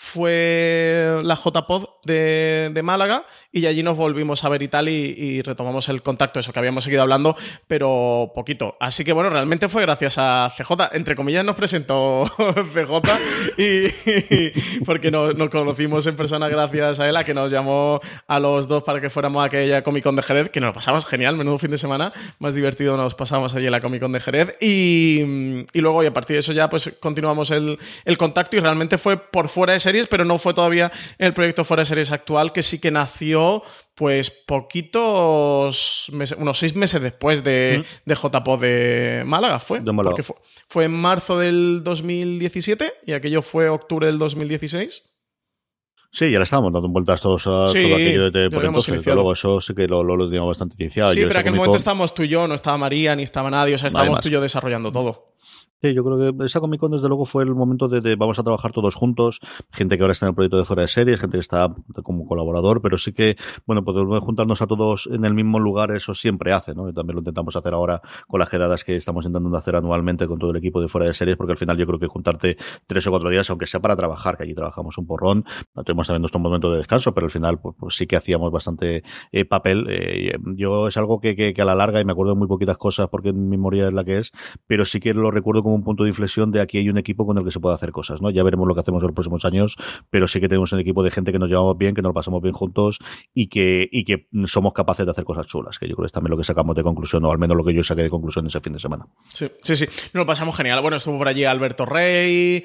fue la J-Pod de, de Málaga, y allí nos volvimos a ver y tal, y, y retomamos el contacto, eso que habíamos seguido hablando, pero poquito. Así que bueno, realmente fue gracias a C J, entre comillas nos presentó C J, y, y porque nos, nos conocimos en persona gracias a él, a que nos llamó a los dos para que fuéramos a aquella Comic Con de Jerez, que nos lo pasamos genial, menudo fin de semana, más divertido nos pasamos allí en la Comic Con de Jerez, y, y luego, y a partir de eso ya pues continuamos el, el contacto, y realmente fue por Fuera de Series, pero no fue todavía el proyecto Fuera de Series actual, que sí que nació pues poquitos meses, unos seis meses después de, mm. de J-Pod de Málaga fue, de Málaga. Porque fue, fue en marzo del dos mil diecisiete y aquello fue octubre del dos mil dieciséis. Sí, ya le estábamos dando vueltas todos a sí, todo aquello de por entonces. Iniciado. Luego eso sí que lo, lo, lo teníamos bastante iniciado. Sí, yo pero en aquel Comic-Con... momento estábamos tú y yo, no estaba María, ni estaba nadie, o sea, estábamos Además. tú y yo desarrollando todo. Sí, yo creo que esa Comic Con desde luego fue el momento de, de vamos a trabajar todos juntos, gente que ahora está en el proyecto de Fuera de Series, gente que está como colaborador, pero sí que, bueno, poder juntarnos a todos en el mismo lugar, eso siempre hace, ¿no? Y también lo intentamos hacer ahora con las quedadas que estamos intentando hacer anualmente con todo el equipo de Fuera de Series, porque al final yo creo que juntarte tres o cuatro días, aunque sea para trabajar, que allí trabajamos un porrón, no tenemos también nuestro momento de descanso, pero al final pues, pues sí que hacíamos bastante eh, papel. Eh, yo es algo que, que, que a la larga, y me acuerdo de muy poquitas cosas porque mi memoria es la que es, pero sí que lo recuerdo como un punto de inflexión de aquí hay un equipo con el que se puede hacer cosas, ¿no? Ya veremos lo que hacemos en los próximos años, pero sí que tenemos un equipo de gente que nos llevamos bien, que nos lo pasamos bien juntos y que, y que somos capaces de hacer cosas chulas, que yo creo que es también lo que sacamos de conclusión, o al menos lo que yo saqué de conclusión ese fin de semana. Sí, sí, sí. Nos lo pasamos genial. Bueno, estuvo por allí Alberto Rey,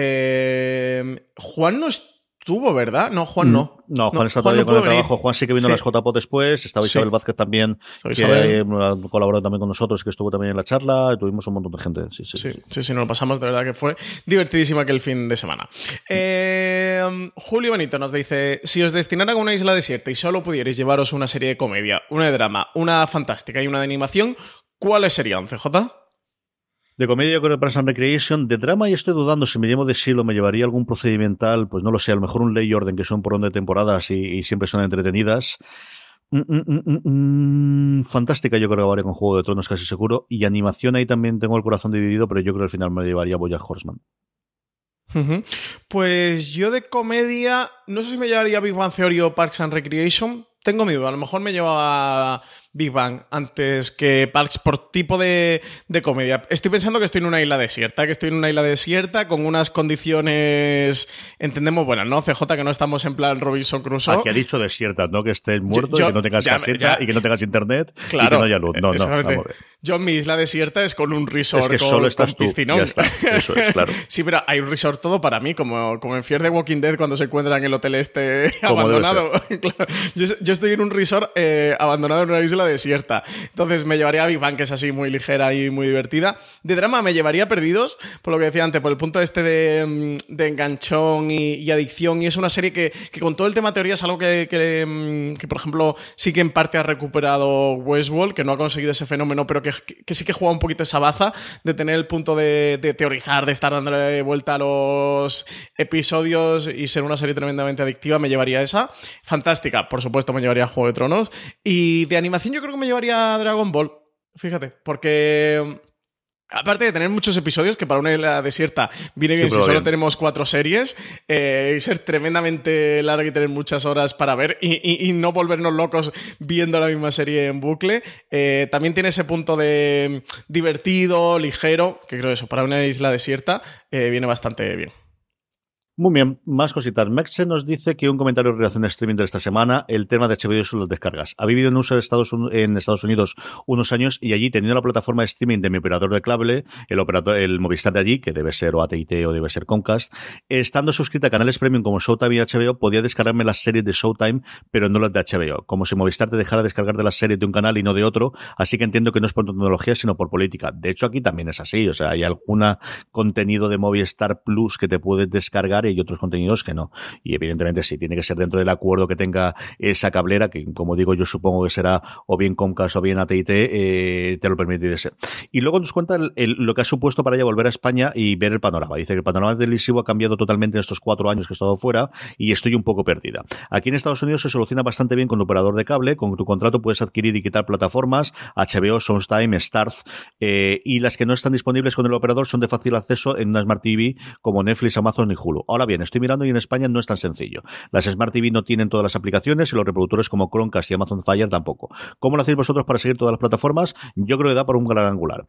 eh, Juan no estuvo, ¿verdad? No, Juan no. No, Juan no, está todavía Juan no con el trabajo. Venir. Juan sí que vino sí. a las J-Pod después. Estaba Isabel sí. Vázquez también, Soy que eh, colaboró también con nosotros, que estuvo también en la charla. Tuvimos un montón de gente. Sí, sí, sí. sí, sí, sí nos lo pasamos. De verdad que fue divertidísima aquel fin de semana. Eh, Julio Benito nos dice: si os destinaran a una isla desierta y solo pudierais llevaros una serie de comedia, una de drama, una fantástica y una de animación, ¿cuáles serían, C J? De comedia con el Parks and Recreation, de drama y estoy dudando si me llevo de Silo, me llevaría algún procedimental, pues no lo sé, a lo mejor un Ley y Orden, que son por onda de temporadas y, y siempre son entretenidas. Mm, mm, mm, mm, fantástica, yo creo que acabaré con Juego de Tronos casi seguro, y animación ahí también tengo el corazón dividido, pero yo creo que al final me llevaría BoJack Horseman. Uh-huh. Pues yo de comedia, no sé si me llevaría Big Bang Theory o Parks and Recreation. Tengo mi duda, a lo mejor me llevaba Big Bang antes que Parks por tipo de, de comedia. Estoy pensando que estoy en una isla desierta, que estoy en una isla desierta con unas condiciones, entendemos, buenas, ¿no? C J, que no estamos en plan Robinson Crusoe. Aquí ha dicho desierta, ¿no? Que estés muerto yo, yo, y que no tengas ya, caseta ya, y que no tengas internet, claro, y que no haya luz. No, no, vamos a ver. Yo mi isla desierta es con un resort, es que con, solo estás con piscinón. Tú, ya está. Eso es, claro. Sí, pero hay un resort todo para mí, como, como en Fear the Walking Dead cuando se encuentran en el hotel este abandonado. Claro. Yo, yo estoy en un resort eh, abandonado en una isla desierta. Entonces me llevaría a Big Bang, que es así muy ligera y muy divertida. De drama me llevaría Perdidos, por lo que decía antes, por el punto este de, de enganchón y, y adicción. Y es una serie que, que con todo el tema teoría es algo que, que, que, por ejemplo, sí que en parte ha recuperado Westworld, que no ha conseguido ese fenómeno, pero que, que sí que juega un poquito esa baza de tener el punto de, de teorizar, de estar dándole vuelta a los episodios y ser una serie tremendamente adictiva. Me llevaría esa. Fantástica, por supuesto, me llevaría a Juego de Tronos. Y de animación yo creo que me llevaría a Dragon Ball, fíjate, porque Aparte de tener muchos episodios, que para una isla desierta viene bien si solo bien. tenemos cuatro series, eh, y ser tremendamente larga y tener muchas horas para ver y, y, y no volvernos locos viendo la misma serie en bucle. Eh, también tiene ese punto de divertido, ligero, que creo que eso, para una isla desierta eh, viene bastante bien. Muy bien, más cositas. Mexe nos dice que un comentario en relación a streaming de esta semana, el tema de H B O son las descargas. Ha vivido en uso de Estados, en Estados Unidos unos años y allí, teniendo la plataforma de streaming de mi operador de cable, el operador, el Movistar de allí, que debe ser o A T and T o debe ser Comcast, estando suscrita a canales premium como Showtime y H B O, podía descargarme las series de Showtime, pero no las de H B O. Como si Movistar te dejara descargar de las series de un canal y no de otro, así que entiendo que no es por tecnología, sino por política. De hecho, aquí también es así. O sea, hay algún contenido de Movistar Plus que te puedes descargar y hay otros contenidos que no. Y evidentemente sí, tiene que ser dentro del acuerdo que tenga esa cablera, que como digo, yo supongo que será o bien Comcast o bien A T and T, eh, te lo permite ser. Y luego nos cuenta el, el, lo que ha supuesto para ella volver a España y ver el panorama. Dice que el panorama televisivo ha cambiado totalmente en estos cuatro años que he estado fuera y estoy un poco perdida. Aquí en Estados Unidos se soluciona bastante bien con tu operador de cable. Con tu contrato puedes adquirir y quitar plataformas, H B O, Showtime, Starz, eh, y las que no están disponibles con el operador son de fácil acceso en una Smart T V como Netflix, Amazon y Hulu. Ahora bien, estoy mirando y en España no es tan sencillo. Las Smart T V no tienen todas las aplicaciones y los reproductores como Chromecast y Amazon Fire tampoco. ¿Cómo lo hacéis vosotros para seguir todas las plataformas? Yo creo que da por un gran angular.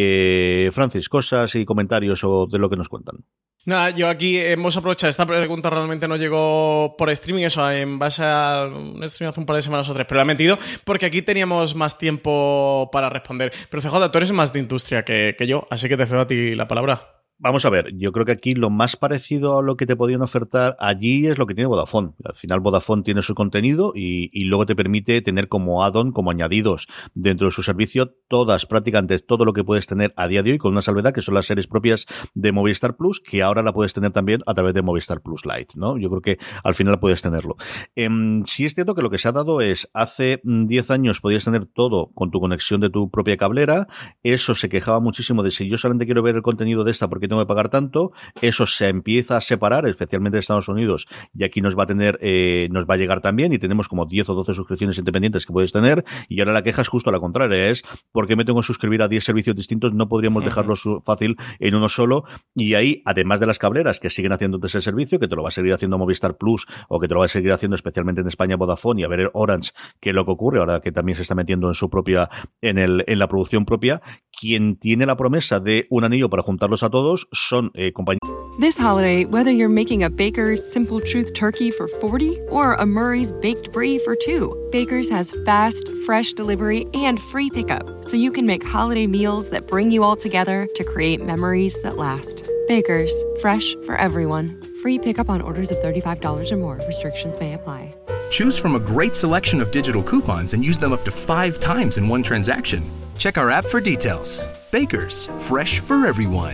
Eh, Francis, cosas y comentarios o de lo que nos cuentan. Nada, yo aquí hemos aprovechado, esta pregunta realmente no llegó por streaming, eso, en base a un streaming hace un par de semanas o tres, pero la he metido porque aquí teníamos más tiempo para responder. Pero C J, tú eres más de industria que, que yo, así que te cedo a ti la palabra. Vamos a ver, yo creo que aquí lo más parecido a lo que te podían ofertar allí es lo que tiene Vodafone. Al final Vodafone tiene su contenido y, y luego te permite tener como add-on, como añadidos dentro de su servicio, todas, prácticamente todo lo que puedes tener a día de hoy, con una salvedad que son las series propias de Movistar Plus, que ahora la puedes tener también a través de Movistar Plus Lite, ¿no? Yo creo que al final puedes tenerlo. Eh, sí es cierto que lo que se ha dado es, hace diez años podías tener todo con tu conexión de tu propia cablera, eso se quejaba muchísimo de si yo solamente quiero ver el contenido de esta porque tengo que pagar tanto, eso se empieza a separar, especialmente en Estados Unidos, y aquí nos va a tener, eh, nos va a llegar también, y tenemos como diez o doce suscripciones independientes que puedes tener, y ahora la queja es justo a la contraria, es ¿por qué me tengo que suscribir a diez servicios distintos? No podríamos dejarlo fácil en uno solo, y ahí, además de las cableras que siguen haciendo ese servicio, que te lo va a seguir haciendo Movistar Plus, o que te lo va a seguir haciendo especialmente en España Vodafone, y a ver Orange, qué es lo que ocurre, ahora que también se está metiendo en su propia, en el, en la producción propia, quien tiene la promesa de un anillo para juntarlos a todos son eh, compañías. This holiday, whether you're making a Baker's Simple Truth turkey for forty or a Murray's Baked Brie for two, Baker's has fast, fresh delivery and free pickup, so you can make holiday meals that bring you all together to create memories that last. Baker's, fresh for everyone. Free pickup on orders of thirty-five dollars or more. Restrictions may apply. Choose from a great selection of digital coupons and use them up to five times in one transaction. Check our app for details. Baker's, fresh for everyone.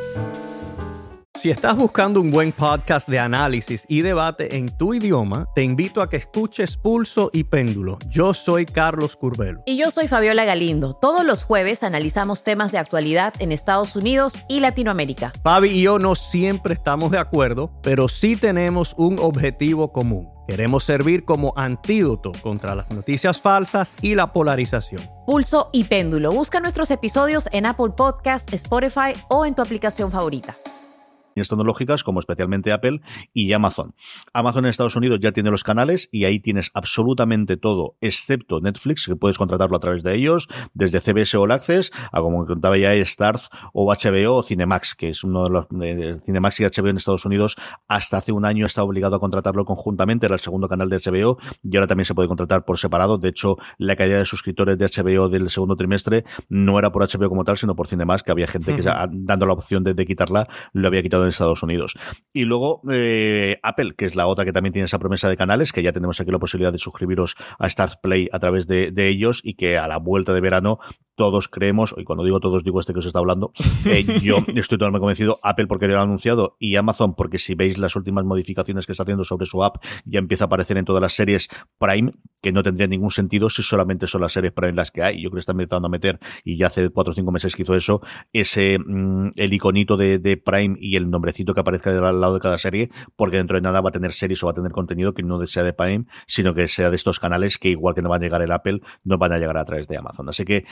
Si estás buscando un buen podcast de análisis y debate en tu idioma, te invito a que escuches Pulso y Péndulo. Yo soy Carlos Curbelo. Y yo soy Fabiola Galindo. Todos los jueves analizamos temas de actualidad en Estados Unidos y Latinoamérica. Fabi y yo no siempre estamos de acuerdo, pero sí tenemos un objetivo común. Queremos servir como antídoto contra las noticias falsas y la polarización. Pulso y Péndulo. Busca nuestros episodios en Apple Podcast, Spotify o en tu aplicación favorita. Tecnológicas como especialmente Apple y Amazon. Amazon en Estados Unidos ya tiene los canales y ahí tienes absolutamente todo, excepto Netflix, que puedes contratarlo a través de ellos, desde C B S All Access a, como contaba ya, Starz o H B O o Cinemax, que es uno de los eh, Cinemax y H B O en Estados Unidos hasta hace un año está obligado a contratarlo conjuntamente, era el segundo canal de H B O y ahora también se puede contratar por separado. De hecho, la caída de suscriptores de H B O del segundo trimestre no era por H B O como tal, sino por Cinemax, que había gente que uh-huh. dando la opción de, de quitarla, lo había quitado en Estados Unidos. Y luego eh, Apple, que es la otra que también tiene esa promesa de canales, que ya tenemos aquí la posibilidad de suscribiros a Starz Play a través de, de ellos y que a la vuelta de verano todos creemos, y cuando digo todos digo este que os está hablando, eh, yo estoy totalmente convencido, Apple porque lo ha anunciado y Amazon porque si veis las últimas modificaciones que está haciendo sobre su app ya empieza a aparecer en todas las series Prime, que no tendría ningún sentido si solamente son las series Prime las que hay. Yo creo que está empezando a meter, y ya hace cuatro o cinco meses que hizo eso, ese mm, el iconito de, de Prime y el nombrecito que aparezca al lado de cada serie, porque dentro de nada va a tener series o va a tener contenido que no sea de Prime, sino que sea de estos canales que igual que no van a llegar el Apple, no van a llegar a través de Amazon. Así que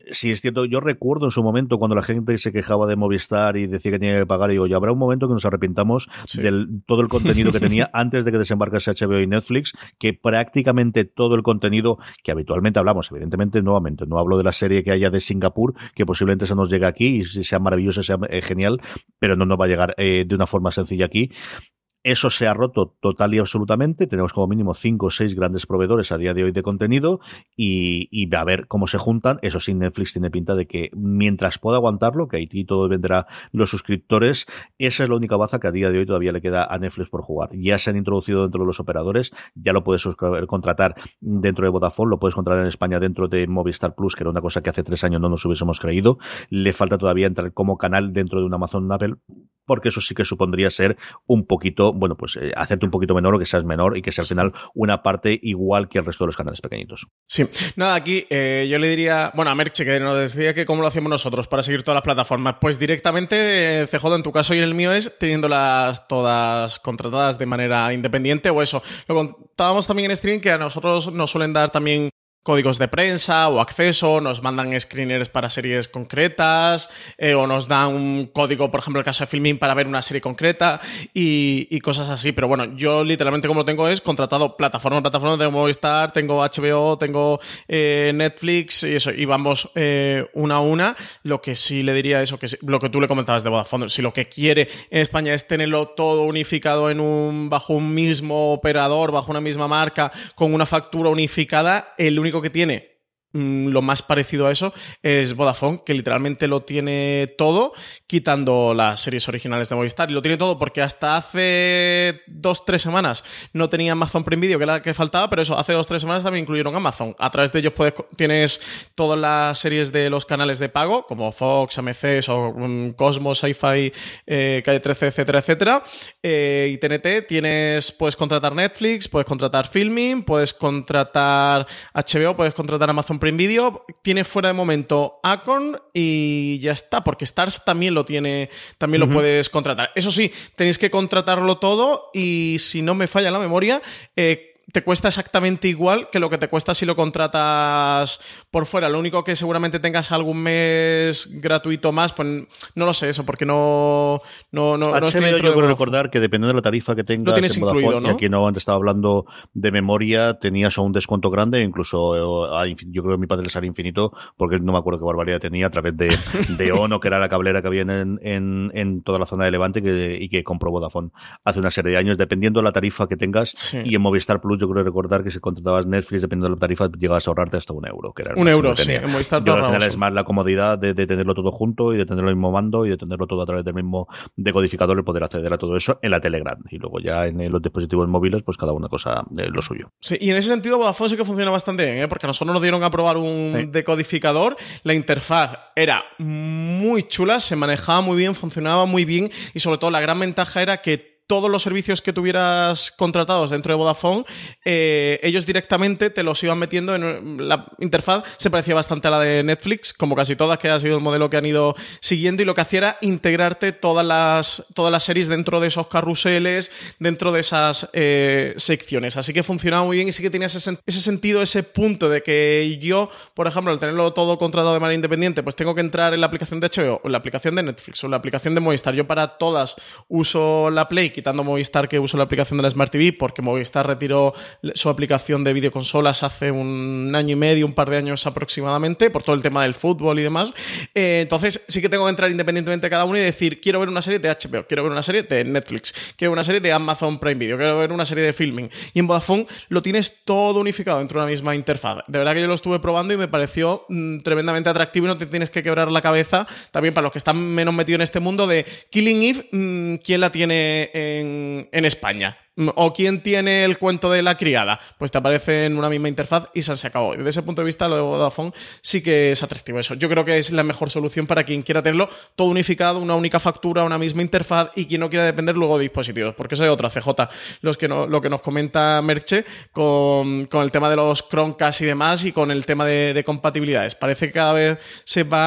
sí, es cierto, yo recuerdo en su momento cuando la gente se quejaba de Movistar y decía que tenía que pagar, y digo, ya habrá un momento que nos arrepintamos sí. del todo el contenido que tenía antes de que desembarcase H B O y Netflix, que prácticamente todo el contenido que habitualmente hablamos, evidentemente, nuevamente, no hablo de la serie que haya de Singapur, que posiblemente se nos llegue aquí y sea maravillosa, sea eh, genial, pero no nos va a llegar eh, de una forma sencilla aquí. Eso se ha roto total y absolutamente. Tenemos como mínimo cinco o seis grandes proveedores a día de hoy de contenido y, y a ver cómo se juntan. Eso sí, Netflix tiene pinta de que mientras pueda aguantarlo, que ahí todo venderá los suscriptores, esa es la única baza que a día de hoy todavía le queda a Netflix por jugar. Ya se han introducido dentro de los operadores, ya lo puedes contratar dentro de Vodafone, lo puedes contratar en España dentro de Movistar Plus, que era una cosa que hace tres años no nos hubiésemos creído. Le falta todavía entrar como canal dentro de un Amazon Apple, porque eso sí que supondría ser un poquito, bueno, pues eh, hacerte un poquito menor o que seas menor y que sea al final una parte igual que el resto de los canales pequeñitos. Sí, nada, aquí eh, yo le diría, bueno, a Merche, que nos decía que cómo lo hacemos nosotros para seguir todas las plataformas, pues directamente, eh, C J, en tu caso y en el mío es teniéndolas todas contratadas de manera independiente o eso. Lo contábamos también en streaming que a nosotros nos suelen dar también códigos de prensa o acceso, nos mandan screeners para series concretas eh, o nos dan un código, por ejemplo, el caso de Filmin para ver una serie concreta y, y cosas así. Pero bueno, yo literalmente como lo tengo es contratado plataforma a plataforma, tengo Movistar, tengo H B O, tengo eh, Netflix y eso, y vamos eh, una a una. Lo que sí le diría eso, que lo que tú le comentabas de Vodafone, si lo que quiere en España es tenerlo todo unificado en un bajo un mismo operador, bajo una misma marca, con una factura unificada, el único que tiene mmm, lo más parecido a eso es Vodafone, que literalmente lo tiene todo, quitando las series originales de Movistar. Y lo tiene todo porque hasta hace dos, tres semanas no tenía Amazon Prime Video, que era la que faltaba, pero eso, hace dos, tres semanas también incluyeron Amazon. A través de ellos puedes, tienes todas las series de los canales de pago, como Fox, A M C o um, Cosmos, Sci-Fi, eh, Calle trece, etcétera, etcétera. Eh, y T N T, tienes, puedes contratar Netflix, puedes contratar Filmin, puedes contratar H B O, puedes contratar Amazon Prime Video, tiene fuera de momento Acorn y ya está, porque Stars también lo tiene, también uh-huh. lo puedes contratar. Eso sí, tenéis que contratarlo todo y si no me falla la memoria, eh, te cuesta exactamente igual que lo que te cuesta si lo contratas por fuera. Lo único que seguramente tengas algún mes gratuito más, pues no lo sé eso, porque no... no, no, H B O no yo quiero recordar que dependiendo de la tarifa que tengas tienes en Vodafone, incluido, ¿no? Y aquí no antes estaba hablando de memoria, tenías un descuento grande, incluso a, yo creo que a mi padre le sale infinito, porque no me acuerdo qué barbaridad tenía a través de, de Ono, que era la cablera que había en, en, en toda la zona de Levante que, y que compró Vodafone hace una serie de años, dependiendo de la tarifa que tengas. Sí. Y en Movistar Plus yo creo recordar que si contratabas Netflix, dependiendo de la tarifa, llegabas a ahorrarte hasta un euro. Que era un euro, sí. En Movistar yo, al final es más la comodidad de, de tenerlo todo junto y de tenerlo el mismo mando y de tenerlo todo a través del mismo decodificador y poder acceder a todo eso en la tele grande. Y luego ya en los dispositivos móviles, pues cada una cosa de lo suyo. Sí, y en ese sentido Vodafone sí que funciona bastante bien, ¿eh? Porque a nosotros nos dieron a probar un sí. decodificador. La interfaz era muy chula, se manejaba muy bien, funcionaba muy bien y sobre todo la gran ventaja era que todos los servicios que tuvieras contratados dentro de Vodafone, eh, ellos directamente te los iban metiendo en la interfaz. Se parecía bastante a la de Netflix, como casi todas, que ha sido el modelo que han ido siguiendo, y lo que hacía era integrarte todas las, todas las series dentro de esos carruseles, dentro de esas eh, secciones. Así que funcionaba muy bien y sí que tenía ese, ese sentido, ese punto de que yo, por ejemplo, al tenerlo todo contratado de manera independiente, pues tengo que entrar en la aplicación de H B O, o en la aplicación de Netflix, o en la aplicación de Movistar. Yo para todas uso la Play, quitando Movistar, que uso la aplicación de la Smart T V, porque Movistar retiró su aplicación de videoconsolas hace un año y medio, un par de años aproximadamente, por todo el tema del fútbol y demás. Eh, entonces sí que tengo que entrar independientemente de cada uno y decir, quiero ver una serie de H B O, quiero ver una serie de Netflix, quiero ver una serie de Amazon Prime Video, quiero ver una serie de Filmin. Y en Vodafone lo tienes todo unificado dentro de una misma interfaz. De verdad que yo lo estuve probando y me pareció mmm, tremendamente atractivo y no te tienes que quebrar la cabeza. También para los que están menos metidos en este mundo de Killing Eve, mmm, ¿quién la tiene en en España? ¿O quién tiene el cuento de la criada? Pues te aparece en una misma interfaz y se han acabado. Desde ese punto de vista, lo de Vodafone sí que es atractivo eso. Yo creo que es la mejor solución para quien quiera tenerlo todo unificado, una única factura, una misma interfaz y quien no quiera depender luego de dispositivos. Porque eso es otra, C J, los que no, lo que nos comenta Merche con, con el tema de los Chromecast y demás y con el tema de, de compatibilidades. Parece que cada vez se va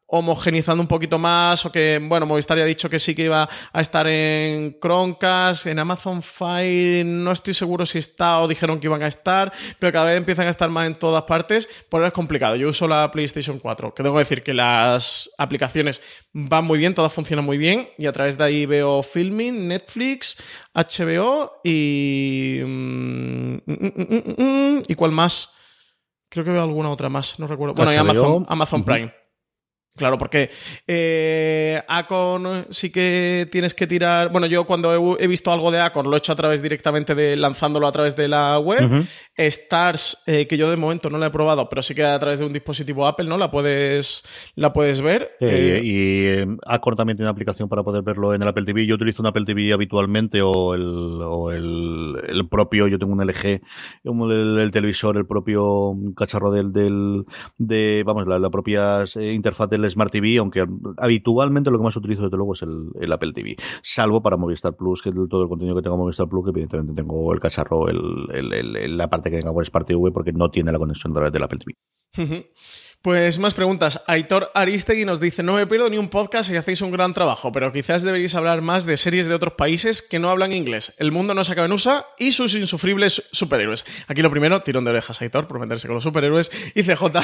homogenizando un poquito más, o que, bueno, Movistar ya ha dicho que sí que iba a estar en Chromecast, en Amazon Fire no estoy seguro si está o dijeron que iban a estar, pero cada vez empiezan a estar más en todas partes, por eso es complicado. Yo uso la PlayStation cuatro, que tengo que decir que las aplicaciones van muy bien, todas funcionan muy bien, y a través de ahí veo Filmin, Netflix, H B O y... Mm, mm, mm, mm, mm, ¿y cuál más? Creo que veo alguna otra más, no recuerdo. Bueno, y Amazon, Amazon Prime. Uh-huh. Claro, porque eh, Acon sí que tienes que tirar... Bueno, yo cuando he, he visto algo de Acon lo he hecho a través directamente de lanzándolo a través de la web. Uh-huh. Stars, eh, que yo de momento no la he probado, pero sí que a través de un dispositivo Apple, ¿no? La puedes, la puedes ver. Sí, eh, y eh, Acon también tiene una aplicación para poder verlo en el Apple T V. Yo utilizo un Apple T V habitualmente o el, o el, el propio, yo tengo un L G, el, el televisor, el propio cacharro del, del de, vamos, la, la propia interfaz del Smart T V, aunque habitualmente lo que más utilizo desde luego es el, el Apple T V, salvo para Movistar Plus, que todo el contenido que tengo Movistar Plus, que evidentemente tengo el cacharro, el, el, el, la parte que tenga por Smart T V, porque no tiene la conexión a través del Apple T V. Pues más preguntas. Aitor Aristegui nos dice: no me pierdo ni un podcast y hacéis un gran trabajo, pero quizás deberíais hablar más de series de otros países que no hablan inglés. El mundo no se acaba en U S A y sus insufribles superhéroes. Aquí lo primero, tirón de orejas, Aitor, por meterse con los superhéroes. Y C J,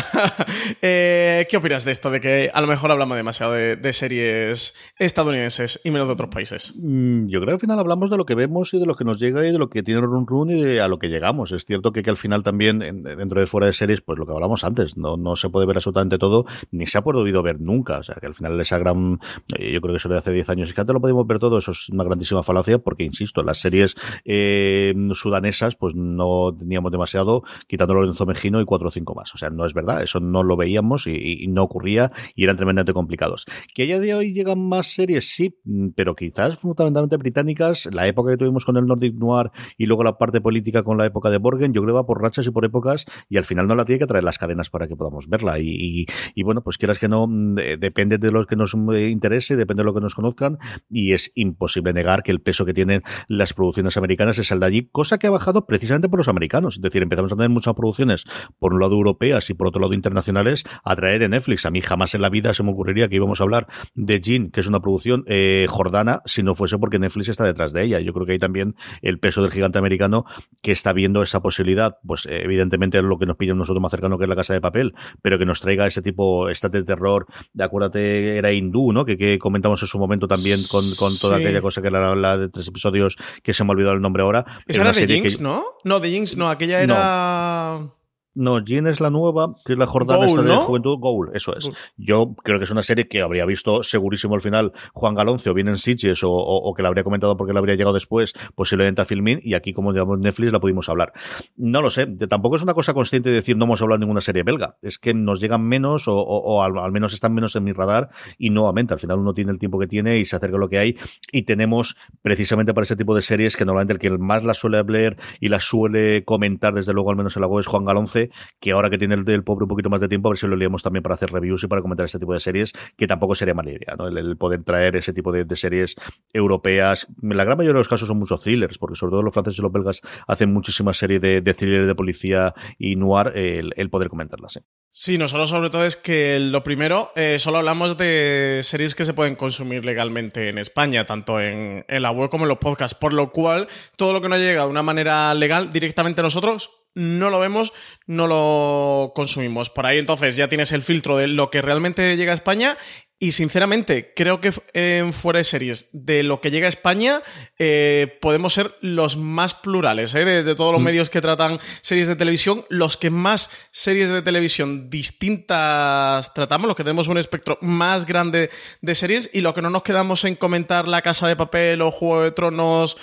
eh, ¿qué opinas de esto? De que a lo mejor hablamos demasiado de, de series estadounidenses y menos de otros países. Yo creo que al final hablamos de lo que vemos y de lo que nos llega y de lo que tiene run run y de a lo que llegamos. Es cierto que, que al final también, dentro de fuera de series, pues lo que hablamos antes, no, no se puede ver absolutamente todo, ni se ha podido ver nunca. O sea, que al final esa gran... Yo creo que eso de hace diez años, es que antes lo podíamos ver todo, eso es una grandísima falacia, porque, insisto, las series eh, sudanesas, pues no teníamos demasiado, quitando Lorenzo Mejino y cuatro o cinco más. O sea, no es verdad, eso no lo veíamos y, y no ocurría y eran tremendamente complicados. Que a día de hoy llegan más series, sí, pero quizás fundamentalmente británicas, la época que tuvimos con el Nordic Noir y luego la parte política con la época de Borgen, yo creo que va por rachas y por épocas, y al final no la tiene que traer las cadenas para que podamos verla. Y, y, y bueno, pues quieras que no, eh, depende de lo que nos interese, depende de lo que nos conozcan, y es imposible negar que el peso que tienen las producciones americanas es el de allí, cosa que ha bajado precisamente por los americanos. Es decir, empezamos a tener muchas producciones, por un lado europeas y por otro lado internacionales, a traer de Netflix. A mí jamás en la vida se me ocurriría que íbamos a hablar de Jean, que es una producción eh, jordana, si no fuese porque Netflix está detrás de ella. Yo creo que hay también el peso del gigante americano que está viendo esa posibilidad, pues eh, evidentemente es lo que nos pilla nosotros más cercano, que es La Casa de Papel, pero que nos traiga ese tipo, esta de terror, de acuérdate, era hindú, ¿no? Que, que comentamos en su momento también con, con toda sí. aquella cosa que era la, la de tres episodios, que se me ha olvidado el nombre ahora. Esa era de Jinx, que... ¿no? No, de Jinx no, aquella era... No. No, Jean es la nueva, que es la Jordana Goal, esta de ¿no? Juventud. Goal, eso es. Goal. Yo creo que es una serie que habría visto segurísimo al final Juan Galonce o bien en Sitges o, o, o que la habría comentado porque la habría llegado después, posiblemente a Filmin, y aquí, como llamamos Netflix, la pudimos hablar. No lo sé, tampoco es una cosa consciente de decir no hemos hablado de ninguna serie belga. Es que nos llegan menos o, o, o al, al menos están menos en mi radar, y nuevamente, al final uno tiene el tiempo que tiene y se acerca a lo que hay, y tenemos precisamente para ese tipo de series que normalmente el que más las suele hablar y las suele comentar, desde luego al menos en la web, es Juan Galonce, que ahora que tiene el, el pobre un poquito más de tiempo, a ver si lo liamos también para hacer reviews y para comentar este tipo de series, que tampoco sería mala idea, ¿no? El, el poder traer ese tipo de, de series europeas. En la gran mayoría de los casos son muchos thrillers, porque sobre todo los franceses y los belgas hacen muchísimas series de, de thrillers de policía y noir, el, el poder comentarlas, ¿eh? Sí, nosotros sobre todo es que lo primero, eh, solo hablamos de series que se pueden consumir legalmente en España, tanto en, en la web como en los podcasts, por lo cual todo lo que no llega de una manera legal directamente a nosotros no lo vemos, no lo consumimos. Por ahí entonces ya tienes el filtro de lo que realmente llega a España. Y sinceramente, creo que en fuera de series, de lo que llega a España, eh, podemos ser los más plurales, ¿eh? de, de todos los mm. medios que tratan series de televisión, los que más series de televisión distintas tratamos, los que tenemos un espectro más grande de series, y lo que no nos quedamos en comentar La Casa de Papel o Juego de Tronos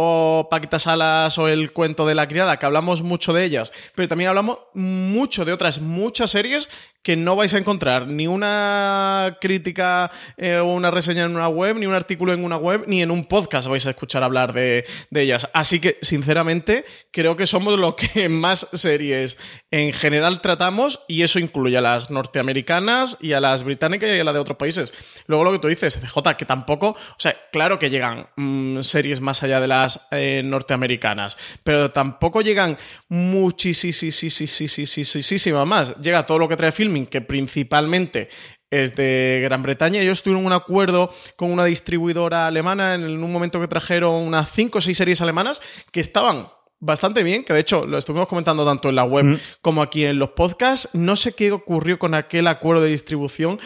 o Paquita Salas o El Cuento de la Criada, que hablamos mucho de ellas, pero también hablamos mucho de otras muchas series que no vais a encontrar ni una crítica eh, o una reseña en una web, ni un artículo en una web, ni en un podcast vais a escuchar hablar de, de ellas. Así que, sinceramente, creo que somos los que más series en general tratamos, y eso incluye a las norteamericanas y a las británicas y a las de otros países. Luego lo que tú dices, C J, que tampoco... O sea, claro que llegan mmm, series más allá de las eh, norteamericanas, pero tampoco llegan muchísimas más. Llega todo lo que trae Filmin, que principalmente es de Gran Bretaña. Ellos tuvieron un acuerdo con una distribuidora alemana en un momento que trajeron unas cinco o seis series alemanas que estaban bastante bien, que de hecho lo estuvimos comentando tanto en la web mm. como aquí en los podcasts. No sé qué ocurrió con aquel acuerdo de distribución,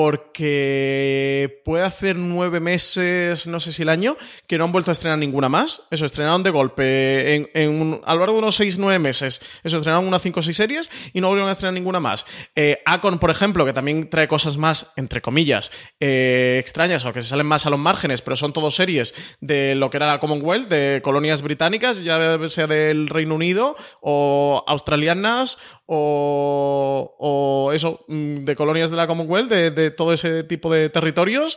porque puede hacer nueve meses, no sé si el año, que no han vuelto a estrenar ninguna más. Eso, estrenaron de golpe en, en un, a lo largo de unos seis nueve meses. Eso, estrenaron unas cinco o seis series y no volvieron a estrenar ninguna más. Eh, Acon, por ejemplo, que también trae cosas más, entre comillas, eh, extrañas o que se salen más a los márgenes, pero son todas series de lo que era la Commonwealth, de colonias británicas, ya sea del Reino Unido o australianas o, o eso, de colonias de la Commonwealth, de, de de todo ese tipo de territorios,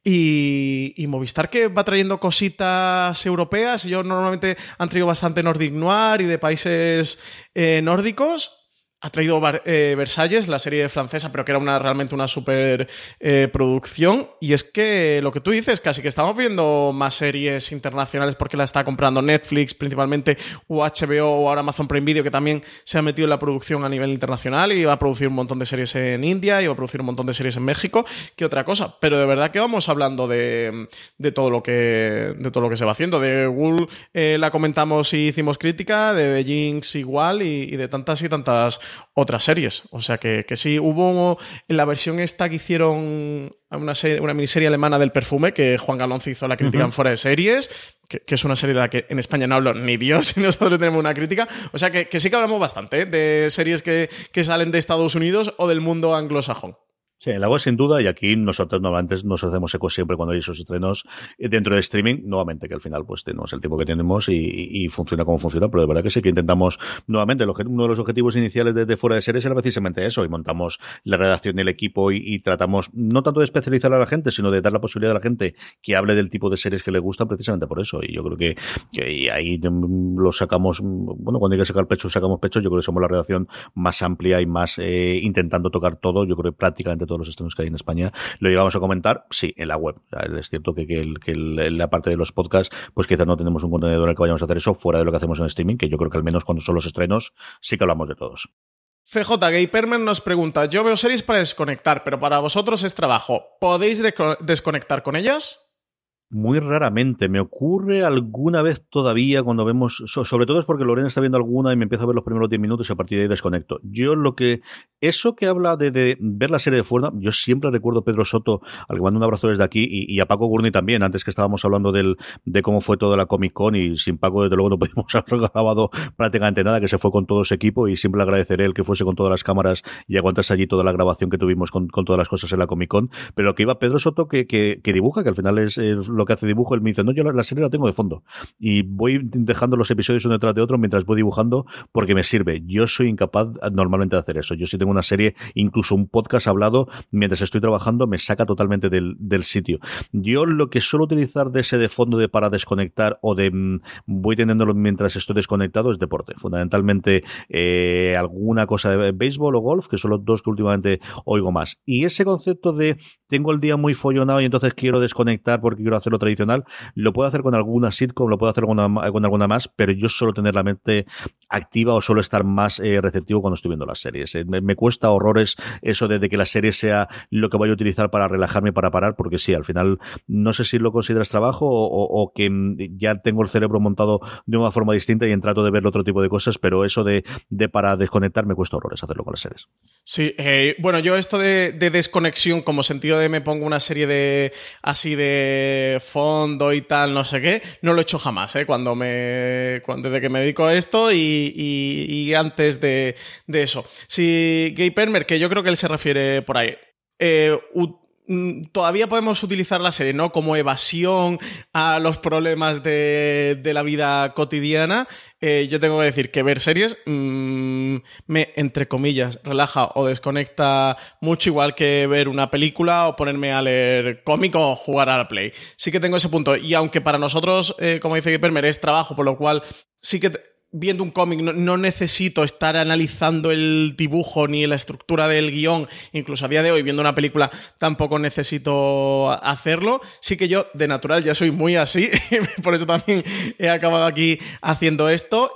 y, y Movistar, que va trayendo cositas europeas. Ellos normalmente han traído bastante Nordic Noir y de países eh, nórdicos. Ha traído eh, Versalles, la serie francesa, pero que era una, realmente una super eh, producción. Y es que lo que tú dices, casi que estamos viendo más series internacionales porque la está comprando Netflix principalmente, o H B O, o ahora Amazon Prime Video, que también se ha metido en la producción a nivel internacional y va a producir un montón de series en India y va a producir un montón de series en México, que otra cosa. Pero de verdad que vamos hablando de, de, todo, lo que, de todo lo que se va haciendo. De Ghoul eh, la comentamos y hicimos crítica, de The Jinx igual, y, y de tantas y tantas otras series. O sea que, que sí, hubo en la versión esta que hicieron una, serie, una miniserie alemana del perfume, que Juan Galonce hizo la crítica uh-huh. en Fuera de Series, que, que es una serie de la que en España no hablo ni Dios y nosotros tenemos una crítica. O sea que, que sí que hablamos bastante ¿eh? de series que, que salen de Estados Unidos o del mundo anglosajón. Sí, en la web sin duda, y aquí nosotros normalmente nos hacemos eco siempre cuando hay esos estrenos dentro de streaming, nuevamente, que al final pues tenemos el tiempo que tenemos y, y, y funciona como funciona, pero de verdad que sí que intentamos, nuevamente, el, uno de los objetivos iniciales de, de Fuera de Series era precisamente eso, y montamos la redacción y el equipo y, y tratamos no tanto de especializar a la gente, sino de dar la posibilidad a la gente que hable del tipo de series que le gustan precisamente por eso, y yo creo que, que y ahí lo sacamos, bueno, cuando hay que sacar pecho, sacamos pecho. Yo creo que somos la redacción más amplia y más eh, intentando tocar todo. Yo creo que prácticamente todos los estrenos que hay en España lo llegamos a comentar, sí, en la web. O sea, es cierto que, que, el, que el, la parte de los podcasts, pues quizás no tenemos un contenedor en el que vayamos a hacer eso fuera de lo que hacemos en streaming, que yo creo que al menos cuando son los estrenos sí que hablamos de todos. C J Gay Permer nos pregunta: yo veo series para desconectar, pero para vosotros es trabajo. ¿Podéis de- desconectar con ellas? Muy raramente. Me ocurre alguna vez todavía cuando vemos, sobre todo es porque Lorena está viendo alguna y me empieza a ver los primeros diez minutos y a partir de ahí desconecto. Yo lo que, eso que habla de, de ver la serie de fuera, yo siempre recuerdo a Pedro Soto, al que mando un abrazo desde aquí, y, y a Paco Gurney también, antes que estábamos hablando del, de cómo fue toda la Comic Con, y sin Paco desde luego no pudimos haber grabado prácticamente nada, que se fue con todo su equipo, y siempre le agradeceré el que fuese con todas las cámaras y aguantase allí toda la grabación que tuvimos con, con todas las cosas en la Comic Con. Pero lo que iba Pedro Soto, que, que, que dibuja, que al final es, es lo que hace dibujo, él me dice, no, yo la, la serie la tengo de fondo y voy dejando los episodios uno detrás de otro mientras voy dibujando porque me sirve. Yo soy incapaz normalmente de hacer eso. Yo sí tengo una serie, incluso un podcast hablado mientras estoy trabajando, me saca totalmente del, del sitio. Yo lo que suelo utilizar de ese de fondo de para desconectar o de mmm, voy teniéndolo mientras estoy desconectado es deporte. Fundamentalmente eh, alguna cosa de béisbol o golf, que son los dos que últimamente oigo más. Y ese concepto de tengo el día muy follonado y entonces quiero desconectar porque quiero hacer lo tradicional, lo puedo hacer con alguna sitcom, lo puedo hacer con, una, con alguna más, pero yo suelo tener la mente activa o suelo estar más eh, receptivo cuando estoy viendo las series. Eh, me, me cuesta horrores eso de, de que la serie sea lo que voy a utilizar para relajarme, para parar, porque sí, al final no sé si lo consideras trabajo o, o, o que ya tengo el cerebro montado de una forma distinta y trato de ver otro tipo de cosas, pero eso de, de para desconectar me cuesta horrores hacerlo con las series. Sí, eh, bueno, yo esto de, de desconexión como sentido de me pongo una serie de así de fondo y tal, no sé qué, no lo he hecho jamás, ¿eh? Cuando me, cuando, desde que me dedico a esto y, y, y antes de, de eso. Sí, Gay Permer, que yo creo que él se refiere por ahí. Eh, u- Todavía podemos utilizar la serie, ¿no?, como evasión a los problemas de, de la vida cotidiana. Eh, yo tengo que decir que ver series mmm, me, entre comillas, relaja o desconecta mucho, igual que ver una película o ponerme a leer cómic o jugar a la Play. Sí que tengo ese punto. Y aunque para nosotros, eh, como dice Permer, es trabajo, por lo cual sí que... Te- viendo un cómic no, no necesito estar analizando el dibujo ni la estructura del guión, incluso a día de hoy viendo una película tampoco necesito hacerlo. Sí que yo de natural ya soy muy así, por eso también he acabado aquí haciendo esto. Y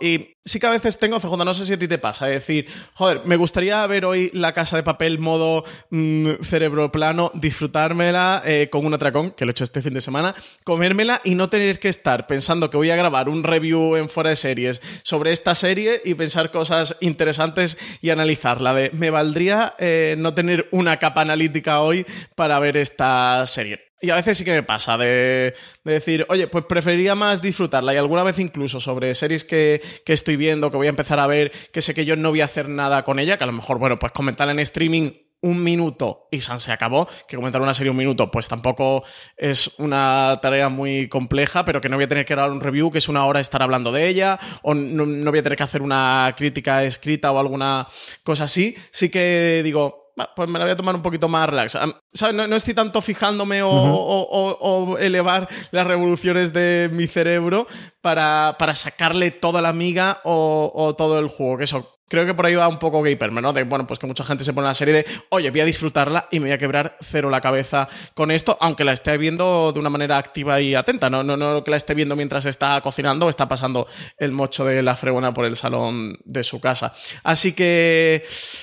sí que a veces tengo, C J, no sé si a ti te pasa, es decir, joder, me gustaría ver hoy La Casa de Papel modo mmm, cerebro plano, disfrutármela eh, con un atracón, que lo he hecho este fin de semana, comérmela y no tener que estar pensando que voy a grabar un review en Fuera de Series sobre esta serie y pensar cosas interesantes y analizarla. De, me valdría eh, no tener una capa analítica hoy para ver esta serie. Y a veces sí que me pasa de, de decir, oye, pues preferiría más disfrutarla. Y alguna vez incluso sobre series que, que estoy viendo, que voy a empezar a ver, que sé que yo no voy a hacer nada con ella, que a lo mejor, bueno, pues comentarla en streaming un minuto y se acabó, que comentar una serie un minuto pues tampoco es una tarea muy compleja, pero que no voy a tener que dar un review, que es una hora estar hablando de ella, o no, no voy a tener que hacer una crítica escrita o alguna cosa así. Sí que digo, pues me la voy a tomar un poquito más relax. ¿Sabes? No, no estoy tanto fijándome o, uh-huh. o, o, o elevar las revoluciones de mi cerebro para, para sacarle toda la miga o, o todo el jugo. Que eso, creo que por ahí va un poco Gaperman, ¿no? De, bueno, pues que mucha gente se pone en la serie de, oye, voy a disfrutarla y me voy a quebrar cero la cabeza con esto, aunque la esté viendo de una manera activa y atenta. No, no, no que la esté viendo mientras está cocinando o está pasando el mocho de la fregona por el salón de su casa. Así que...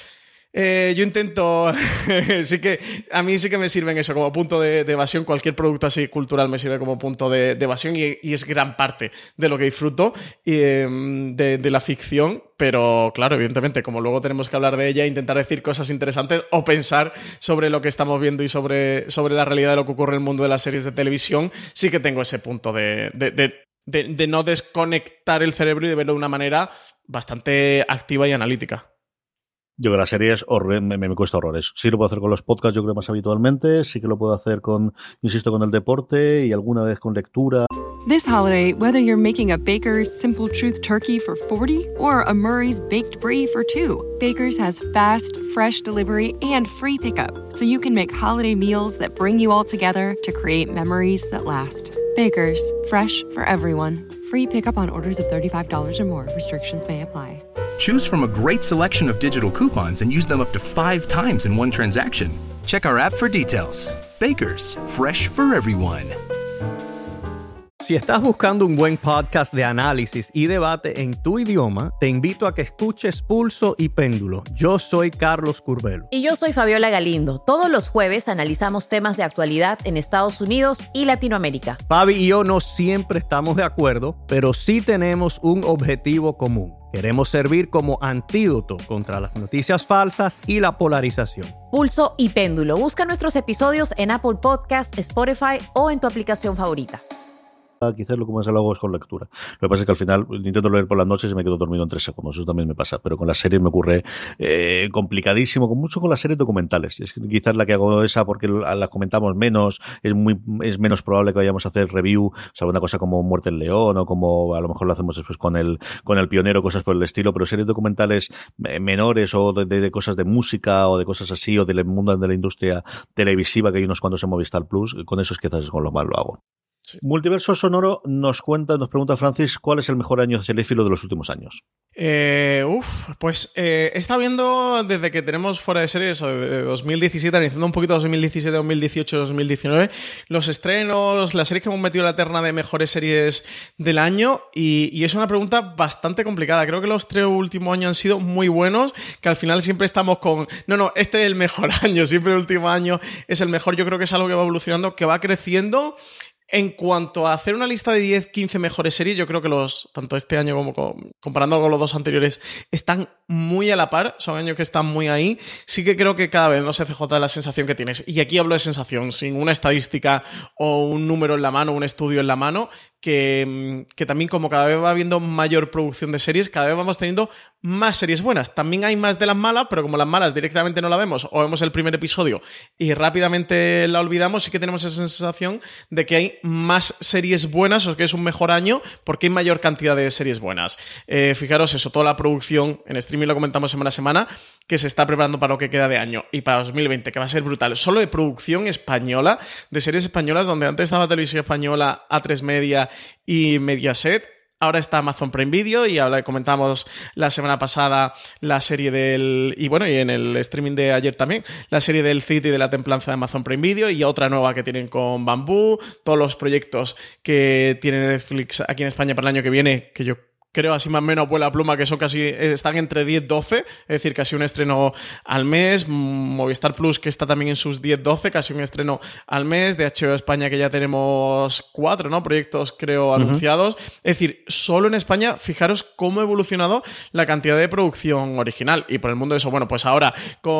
Eh, yo intento, sí que a mí sí que me sirven eso como punto de, de evasión. Cualquier producto así cultural me sirve como punto de, de evasión y, y es gran parte de lo que disfruto y, eh, de, de la ficción. Pero claro, evidentemente, como luego tenemos que hablar de ella, intentar decir cosas interesantes o pensar sobre lo que estamos viendo y sobre, sobre la realidad de lo que ocurre en el mundo de las series de televisión, sí que tengo ese punto de, de, de, de, de no desconectar el cerebro y de verlo de una manera bastante activa y analítica. Yo creo que las series me, me cuesta horrores. Sí lo puedo hacer con los podcasts, yo creo más habitualmente. Sí que lo puedo hacer con, insisto, con el deporte y alguna vez con lectura. This holiday, whether you're making a Baker's Simple Truth turkey for forty or a Murray's Baked Brie for two, Baker's has fast, fresh delivery and free pickup, so you can make holiday meals that bring you all together to create memories that last. Baker's, fresh for everyone. Free pickup on orders of thirty-five dollars or more. Restrictions may apply. Choose from a great selection of digital coupons and use them up to five times in one transaction. Check our app for details. Baker's, fresh for everyone. Si estás buscando un buen podcast de análisis y debate en tu idioma, te invito a que escuches Pulso y Péndulo. Yo soy Carlos Curbelo. Y yo soy Fabiola Galindo. Todos los jueves analizamos temas de actualidad en Estados Unidos y Latinoamérica. Fabi y yo no siempre estamos de acuerdo, pero sí tenemos un objetivo común. Queremos servir como antídoto contra las noticias falsas y la polarización. Pulso y Péndulo. Busca nuestros episodios en Apple Podcasts, Spotify o en tu aplicación favorita. Quizás lo que más hago es con lectura. Lo que pasa es que al final intento leer por las noches y me quedo dormido en tres segundos. Eso también me pasa. Pero con las series me ocurre eh, complicadísimo, con mucho con las series documentales. Es que quizás la que hago esa porque la comentamos menos, es muy es menos probable que vayamos a hacer review, o sea, una cosa como Muerte en León o como a lo mejor lo hacemos después con el con el Pionero, cosas por el estilo. Pero series documentales menores o de, de, de cosas de música o de cosas así o del mundo de la industria televisiva que hay unos cuantos en Movistar Plus, con eso es quizás es con lo más lo hago. Sí. Multiverso Sonoro nos cuenta, nos pregunta Francis, ¿cuál es el mejor año cinéfilo de los últimos años? Eh, uf, pues eh, he estado viendo desde que tenemos Fuera de Series de dos mil diecisiete, analizando un poquito dos mil diecisiete, dos mil dieciocho, dos mil diecinueve, los estrenos, las series que hemos metido en la terna de mejores series del año y, y es una pregunta bastante complicada. Creo que los tres últimos años han sido muy buenos, que al final siempre estamos con, no, no, este es el mejor año, siempre el último año es el mejor. Yo creo que es algo que va evolucionando, que va creciendo. En cuanto a hacer una lista de diez, quince mejores series, yo creo que los tanto este año como con, comparando con los dos anteriores están muy a la par, son años que están muy ahí. Sí que creo que cada vez, no sé, C J, la sensación que tienes, y aquí hablo de sensación, sin una estadística o un número en la mano, un estudio en la mano, que, que también como cada vez va habiendo mayor producción de series, cada vez vamos teniendo más series buenas. También hay más de las malas, pero como las malas directamente no la vemos o vemos el primer episodio y rápidamente la olvidamos, sí que tenemos esa sensación de que hay más series buenas o que es un mejor año porque hay mayor cantidad de series buenas. Eh, fijaros eso, toda la producción en streaming lo comentamos semana a semana que se está preparando para lo que queda de año y para dos mil veinte, que va a ser brutal. Solo de producción española, de series españolas, donde antes estaba Televisión Española, A tres Media y Mediaset. Ahora está Amazon Prime Video y ahora comentamos la semana pasada la serie del... Y bueno, y en el streaming de ayer también, la serie del Cid y de la Templanza de Amazon Prime Video y otra nueva que tienen con Bambú, todos los proyectos que tiene Netflix aquí en España para el año que viene, que yo creo, así más o menos vuela pluma, que son casi, están entre diez doce, es decir, casi un estreno al mes. Movistar Plus, que está también en sus diez doce, casi un estreno al mes. De H B O España, que ya tenemos cuatro, ¿no? Proyectos, creo, uh-huh. anunciados. Es decir, solo en España, fijaros cómo ha evolucionado la cantidad de producción original. Y por el mundo de eso, bueno, pues ahora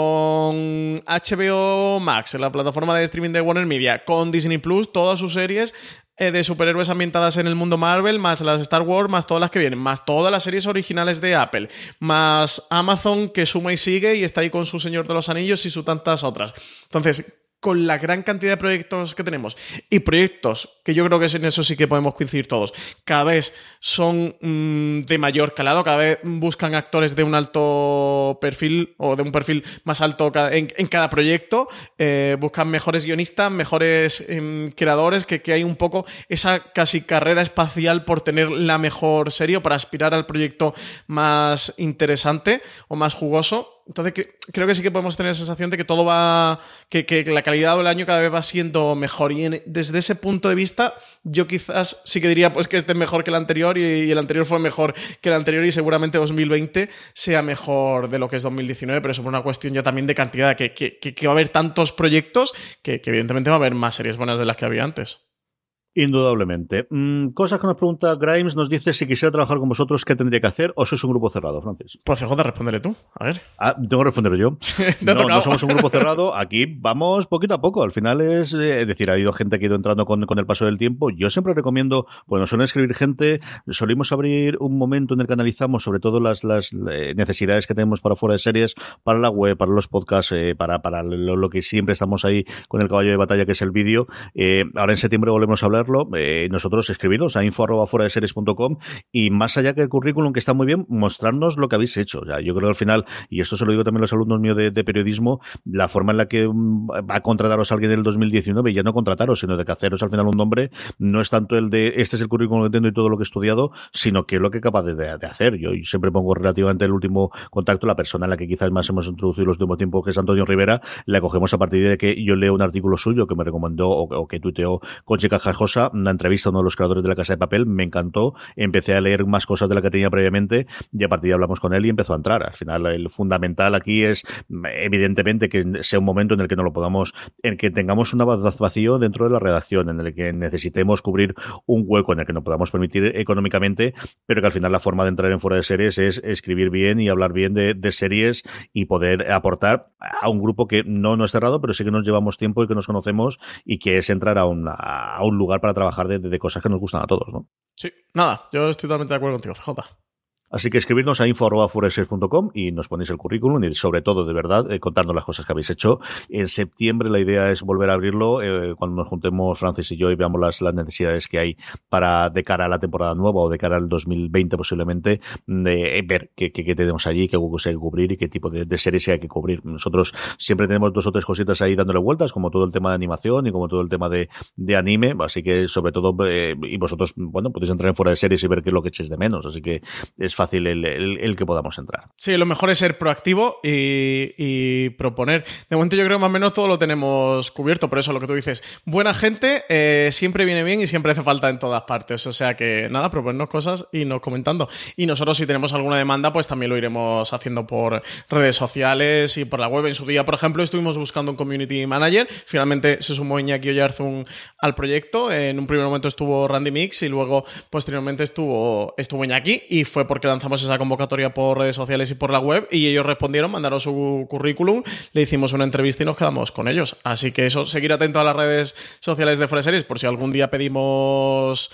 con H B O Max, la plataforma de streaming de Warner Media, con Disney Plus, todas sus series de superhéroes ambientadas en el mundo Marvel, más las Star Wars, más todas las que vienen, más todas las series originales de Apple, más Amazon, que suma y sigue y está ahí con su Señor de los Anillos y sus tantas otras. Entonces, con la gran cantidad de proyectos que tenemos y proyectos que yo creo que en eso sí que podemos coincidir todos, cada vez son mmm, de mayor calado, cada vez buscan actores de un alto perfil o de un perfil más alto en, en cada proyecto, eh, buscan mejores guionistas, mejores eh, creadores, que, que hay un poco esa casi carrera espacial por tener la mejor serie o para aspirar al proyecto más interesante o más jugoso. Entonces que, creo que sí que podemos tener la sensación de que todo va, que, que la calidad del año cada vez va siendo mejor, y en, desde ese punto de vista yo quizás sí que diría pues que este es mejor que el anterior, y, y el anterior fue mejor que el anterior, y seguramente dos mil veinte sea mejor de lo que es dos mil diecinueve, pero eso por una cuestión ya también de cantidad, que, que, que, que va a haber tantos proyectos que, que evidentemente va a haber más series buenas de las que había antes. Indudablemente. Mm, cosas que nos pregunta Grimes, nos dice si quisiera trabajar con vosotros, ¿qué tendría que hacer? ¿O sois un grupo cerrado, Francis? Pues C J, respóndele tú, a ver. Ah, tengo que responder yo. no, no, no somos un grupo cerrado, aquí vamos poquito a poco. Al final es, eh, es decir, ha ido gente que ha ido entrando con, con el paso del tiempo. Yo siempre recomiendo, bueno, suelen escribir gente, solimos abrir un momento en el que analizamos sobre todo las, las eh, necesidades que tenemos para fuera de series, para la web, para los podcasts, eh, para, para lo, lo que siempre estamos ahí con el caballo de batalla, que es el vídeo. Eh, ahora en septiembre volvemos a hablar. Eh, nosotros escribiros a info arroba fuera de series punto com, y más allá que el currículum, que está muy bien, mostrarnos lo que habéis hecho. O sea, yo creo que al final, y esto se lo digo también a los alumnos míos de, de periodismo, la forma en la que um, va a contrataros a alguien en el dos mil diecinueve, ya no contrataros, sino de que haceros al final un nombre, no es tanto el de este es el currículum que tengo y todo lo que he estudiado, sino que es lo que es capaz de, de hacer. Yo, yo siempre pongo relativamente el último contacto, la persona en la que quizás más hemos introducido los últimos tiempos, que es Antonio Rivera, la cogemos a partir de que yo leo un artículo suyo que me recomendó o, o que tuiteó Conchi Cajajosa, una entrevista a uno de los creadores de La Casa de Papel, me encantó, empecé a leer más cosas de las que tenía previamente, y a partir de ahí hablamos con él y empezó a entrar. Al final, el fundamental aquí es, evidentemente, que sea un momento en el que no lo podamos, en que tengamos un vacío dentro de la redacción, en el que necesitemos cubrir un hueco en el que no podamos permitir económicamente, pero que al final la forma de entrar en Fuera de Series es escribir bien y hablar bien de, de series y poder aportar a un grupo que no, no es cerrado, pero sí que nos llevamos tiempo y que nos conocemos, y que es entrar a un, a un lugar para trabajar de, de cosas que nos gustan a todos, ¿no? Sí, nada, yo estoy totalmente de acuerdo contigo, C J. Así que escribirnos a info arroba fuera de series punto com y nos ponéis el currículum, y sobre todo, de verdad, eh, contarnos las cosas que habéis hecho. En septiembre la idea es volver a abrirlo, eh, cuando nos juntemos Francis y yo y veamos las, las necesidades que hay para de cara a la temporada nueva o de cara al dos mil veinte posiblemente, eh, ver qué, qué, qué tenemos allí, qué huecos hay que cubrir y qué tipo de, de series hay que cubrir. Nosotros siempre tenemos dos o tres cositas ahí dándole vueltas, como todo el tema de animación y como todo el tema de, de anime, así que sobre todo, eh, y vosotros, bueno, podéis entrar en Fuera de Series y ver qué es lo que echéis de menos, así que es fácil el, el el que podamos entrar. Sí, lo mejor es ser proactivo y, y proponer. De momento yo creo que más o menos todo lo tenemos cubierto, por eso lo que tú dices, buena gente eh, siempre viene bien y siempre hace falta en todas partes, o sea que nada, proponernos cosas y nos comentando. Y nosotros, si tenemos alguna demanda, pues también lo iremos haciendo por redes sociales y por la web. En su día, por ejemplo, estuvimos buscando un community manager, finalmente se sumó Iñaki Oyarzún al proyecto. En un primer momento estuvo Randy Mix y luego posteriormente estuvo, estuvo Iñaki, y fue porque lanzamos esa convocatoria por redes sociales y por la web, y ellos respondieron, mandaron su currículum, le hicimos una entrevista y nos quedamos con ellos. Así que eso, seguir atento a las redes sociales de Fuera de Series por si algún día pedimos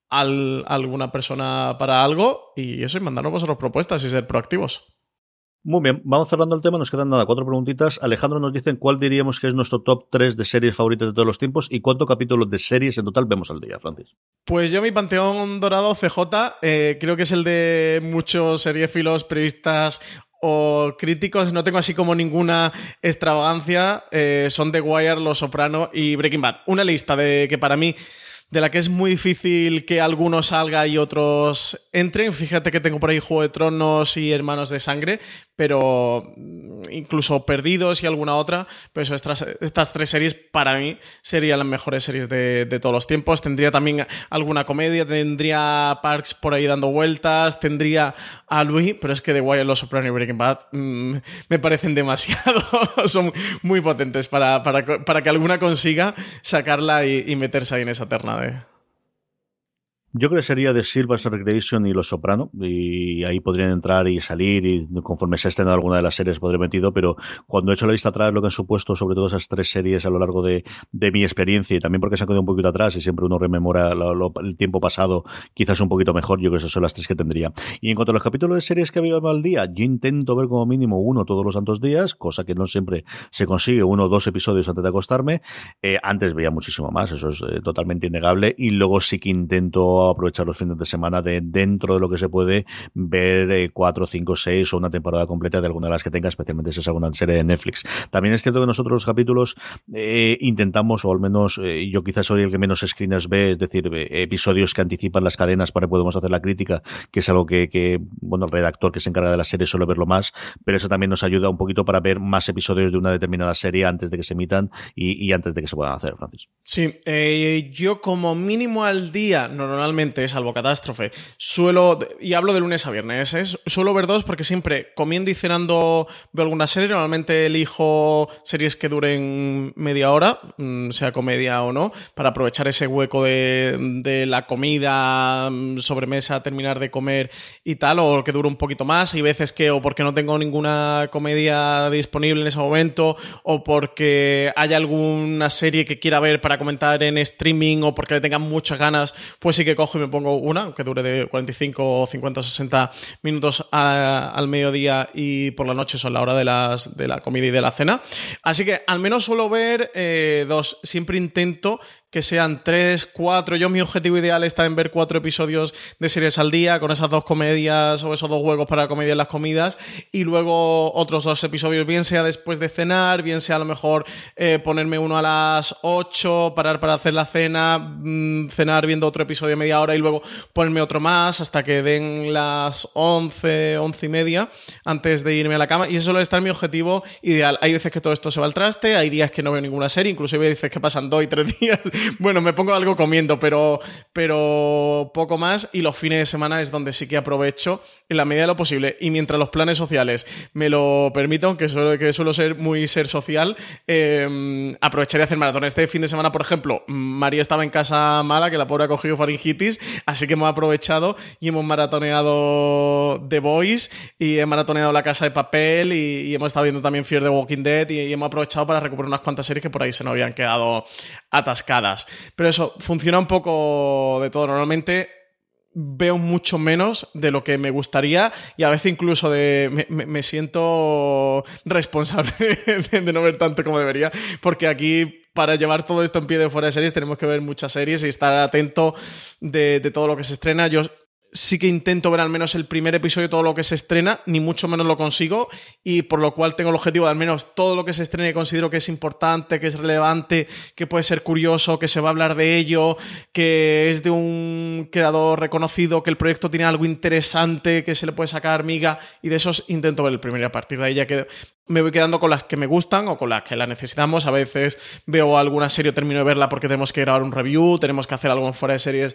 al, a alguna persona para algo, y eso, y mandarnos vosotros propuestas y ser proactivos. Muy bien, vamos cerrando el tema, nos quedan nada, cuatro preguntitas. Alejandro nos dice cuál diríamos que es nuestro top tres de series favoritas de todos los tiempos y cuántos capítulos de series en total vemos al día, Francis. Pues yo mi panteón dorado, C J, eh, creo que es el de muchos seriéfilos, periodistas o críticos. No tengo así como ninguna extravagancia, eh, son The Wire, Los Soprano y Breaking Bad. Una lista de que para mí de la que es muy difícil que algunos salga y otros entren. Fíjate que tengo por ahí Juego de Tronos y Hermanos de Sangre, pero incluso Perdidos y alguna otra, pero eso, estas, estas tres series para mí serían las mejores series de, de todos los tiempos. Tendría también alguna comedia, tendría Parks por ahí dando vueltas, tendría a Louis, pero es que The Wire, Los Sopranos y Breaking Bad mmm, me parecen demasiado, son muy potentes para, para, para que alguna consiga sacarla y, y meterse ahí en esa terna de... Yo creo que sería The Silver's Recreation y Los Soprano, y ahí podrían entrar y salir, y conforme se ha estrenado alguna de las series podré metido, pero cuando he hecho la lista atrás, lo que han supuesto sobre todo esas tres series a lo largo de, de mi experiencia, y también porque se han quedado un poquito atrás y siempre uno rememora lo, lo, el tiempo pasado quizás un poquito mejor, yo creo que esas son las tres que tendría. Y en cuanto a los capítulos de series que había al día, yo intento ver como mínimo uno todos los santos días, cosa que no siempre se consigue, uno o dos episodios antes de acostarme. Eh, antes veía muchísimo más, eso es eh, totalmente innegable, y luego sí que intento aprovechar los fines de semana de, dentro de lo que se puede, ver eh, cuatro, cinco, seis o una temporada completa de alguna de las que tenga, especialmente si es alguna serie de Netflix. También es cierto que nosotros los capítulos eh, intentamos, o al menos eh, yo quizás soy el que menos screeners ve, es decir, eh, episodios que anticipan las cadenas para que podamos hacer la crítica, que es algo que, que, bueno, el redactor que se encarga de la serie suele verlo más, pero eso también nos ayuda un poquito para ver más episodios de una determinada serie antes de que se emitan y, y antes de que se puedan hacer, Francis. Sí, eh, yo como mínimo al día, normalmente, salvo catástrofe, suelo, y hablo de lunes a viernes, ¿eh? Suelo ver dos porque siempre comiendo y cenando veo alguna serie. Normalmente elijo series que duren media hora, sea comedia o no, para aprovechar ese hueco de, de la comida, sobremesa, terminar de comer y tal, o que dure un poquito más. Hay veces que o porque no tengo ninguna comedia disponible en ese momento, o porque hay alguna serie que quiera ver para comentar en streaming, o porque le tengan muchas ganas, pues sí que cojo y me pongo una, que dure de cuarenta y cinco, cincuenta o sesenta minutos a, al mediodía, y por la noche son la hora de, las, de la comida y de la cena. Así que al menos suelo ver eh, dos. Siempre intento que sean tres, cuatro. Yo mi objetivo ideal está en ver cuatro episodios de series al día, con esas dos comedias o esos dos juegos para comedia en las comidas, y luego otros dos episodios, bien sea después de cenar, bien sea a lo mejor eh, ponerme uno a las ocho, parar para hacer la cena, mmm, cenar viendo otro episodio de media hora y luego ponerme otro más hasta que den las once, once y media antes de irme a la cama. Y eso suele estar mi objetivo ideal. Hay veces que todo esto se va al traste, hay días que no veo ninguna serie, incluso hay veces que pasan dos y tres días. Bueno, me pongo algo comiendo, pero, pero poco más, y los fines de semana es donde sí que aprovecho en la medida de lo posible, y mientras los planes sociales me lo permitan, que suelo, que suelo ser muy ser social, eh, aprovecharé a hacer maratones. Este fin de semana, por ejemplo, María estaba en casa mala, que la pobre ha cogido faringitis, así que hemos aprovechado y hemos maratoneado The Boys, y he maratoneado La Casa de Papel, y, y hemos estado viendo también Fear the Walking Dead, y, y hemos aprovechado para recuperar unas cuantas series que por ahí se nos habían quedado atascadas. Pero eso, funciona un poco de todo. Normalmente veo mucho menos de lo que me gustaría, y a veces incluso de me, me, me siento responsable de, de no ver tanto como debería, porque aquí, para llevar todo esto en pie de fuera de series, tenemos que ver muchas series y estar atento de, de todo lo que se estrena. Yo sí que intento ver al menos el primer episodio de todo lo que se estrena, ni mucho menos lo consigo, y por lo cual tengo el objetivo de al menos todo lo que se estrene que considero que es importante, que es relevante, que puede ser curioso, que se va a hablar de ello, que es de un creador reconocido, que el proyecto tiene algo interesante, que se le puede sacar miga, y de esos intento ver el primero, y a partir de ahí ya que me voy quedando con las que me gustan o con las que las necesitamos. A veces veo alguna serie o termino de verla porque tenemos que grabar un review, tenemos que hacer algo en fuera de series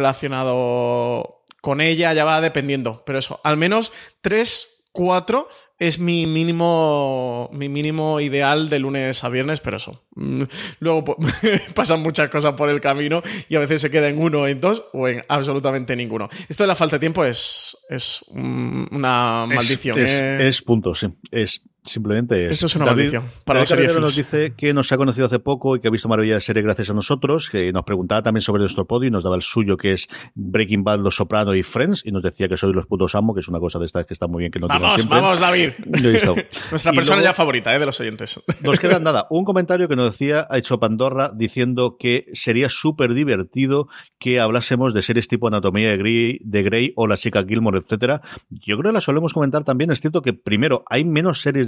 relacionado con ella, ya va dependiendo, pero eso, al menos tres, cuatro es mi mínimo mi mínimo ideal de lunes a viernes, pero eso, luego pasan muchas cosas por el camino y a veces se queda en uno, en dos o en absolutamente ninguno. Esto de la falta de tiempo es, es una maldición. Es, ¿eh? es, es punto, sí, es simplemente es. Esto es una David, maldición para David los seriefils. Nos dice que nos ha conocido hace poco y que ha visto maravillas de serie gracias a nosotros, que nos preguntaba también sobre nuestro podio y nos daba el suyo, que es Breaking Bad, Los Soprano y Friends, y nos decía que sois los putos amo, que es una cosa de estas que está muy bien que no vamos, siempre. Vamos, David. Nuestra y persona luego, ya favorita, ¿eh? De los oyentes. Nos queda nada, un comentario que nos decía, ha hecho Pandorra, diciendo que sería súper divertido que hablásemos de series tipo Anatomía de Grey, de Grey o La Chica Gilmore, etcétera. Yo creo que la solemos comentar también. Es cierto que primero hay menos series de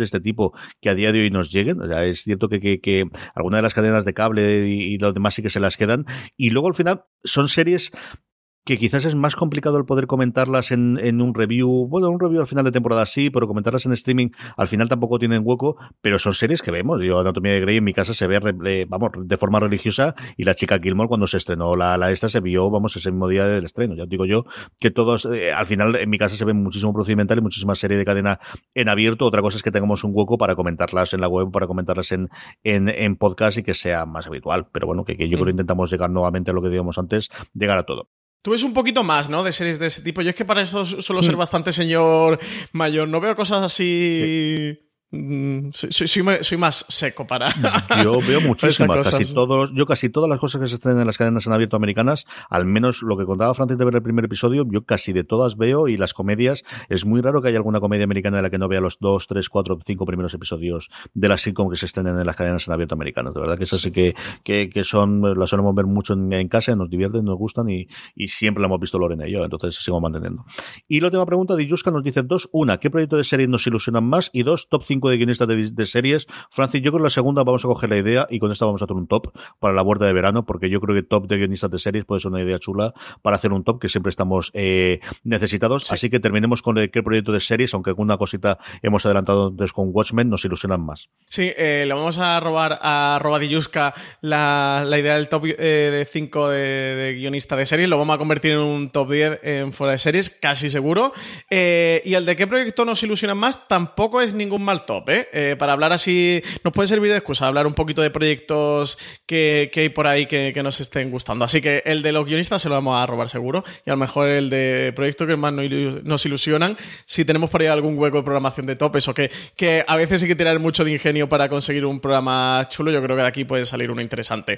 de este tipo que a día de hoy nos lleguen. O sea, es cierto que, que, que algunas de las cadenas de cable y, y lo demás sí que se las quedan. Y luego al final son series que quizás es más complicado el poder comentarlas en, en un review, bueno, un review al final de temporada sí, pero comentarlas en streaming al final tampoco tienen hueco, pero son series que vemos. Yo, Anatomía de Grey en mi casa se ve, eh, vamos, de forma religiosa, y La Chica Gilmore cuando se estrenó la, la esta se vio, vamos, ese mismo día del estreno. Ya digo yo que todos, eh, al final en mi casa se ve muchísimo procedimental y muchísima serie de cadena en abierto. Otra cosa es que tengamos un hueco para comentarlas en la web, para comentarlas en, en, en podcast y que sea más habitual, pero bueno, que, que yo mm. creo que intentamos llegar nuevamente a lo que decíamos antes, llegar a todo. Tú ves un poquito más, ¿no?, de series de ese tipo. Yo es que para eso suelo ser bastante señor mayor. No veo cosas así... Soy, soy, soy, soy más seco para... Yo veo muchísimas, casi todos, yo casi todas las cosas que se estrenan en las cadenas en abierto americanas, al menos lo que contaba Francis de ver el primer episodio, yo casi de todas veo, y las comedias, es muy raro que haya alguna comedia americana de la que no vea los dos, tres, cuatro, cinco primeros episodios de las sitcom que se estrenen en las cadenas en abierto americanas. De verdad que esas sí que, que, que son, las solemos ver mucho en, en casa, nos divierten, nos gustan y, y siempre la hemos visto Lorena y yo, entonces sigo manteniendo. Y la última pregunta de Yuska nos dice dos, una, ¿qué proyecto de series nos ilusionan más? Y dos, top cinco de guionistas de, de series. Francis, yo creo que la segunda vamos a coger la idea y con esta vamos a hacer un top para la vuelta de verano, porque yo creo que top de guionistas de series puede ser una idea chula para hacer un top que siempre estamos eh, necesitados. Sí. Así que terminemos con el, qué proyecto de series, aunque alguna cosita hemos adelantado antes con Watchmen, nos ilusionan más. Sí, eh, le vamos a robar a Robadilluska la, la idea del top eh, de cinco de, de guionista de series, lo vamos a convertir en un top diez en fuera de series, casi seguro. Eh, y el de qué proyecto nos ilusionan más tampoco es ningún mal top, ¿eh? Eh, para hablar así, nos puede servir de excusa, hablar un poquito de proyectos que, que hay por ahí que, que nos estén gustando. Así que el de los guionistas se lo vamos a robar seguro, y a lo mejor el de proyectos que más nos ilusionan, si tenemos por ahí algún hueco de programación de top, eso que, que a veces hay que tirar mucho de ingenio para conseguir un programa chulo. Yo creo que de aquí puede salir uno interesante.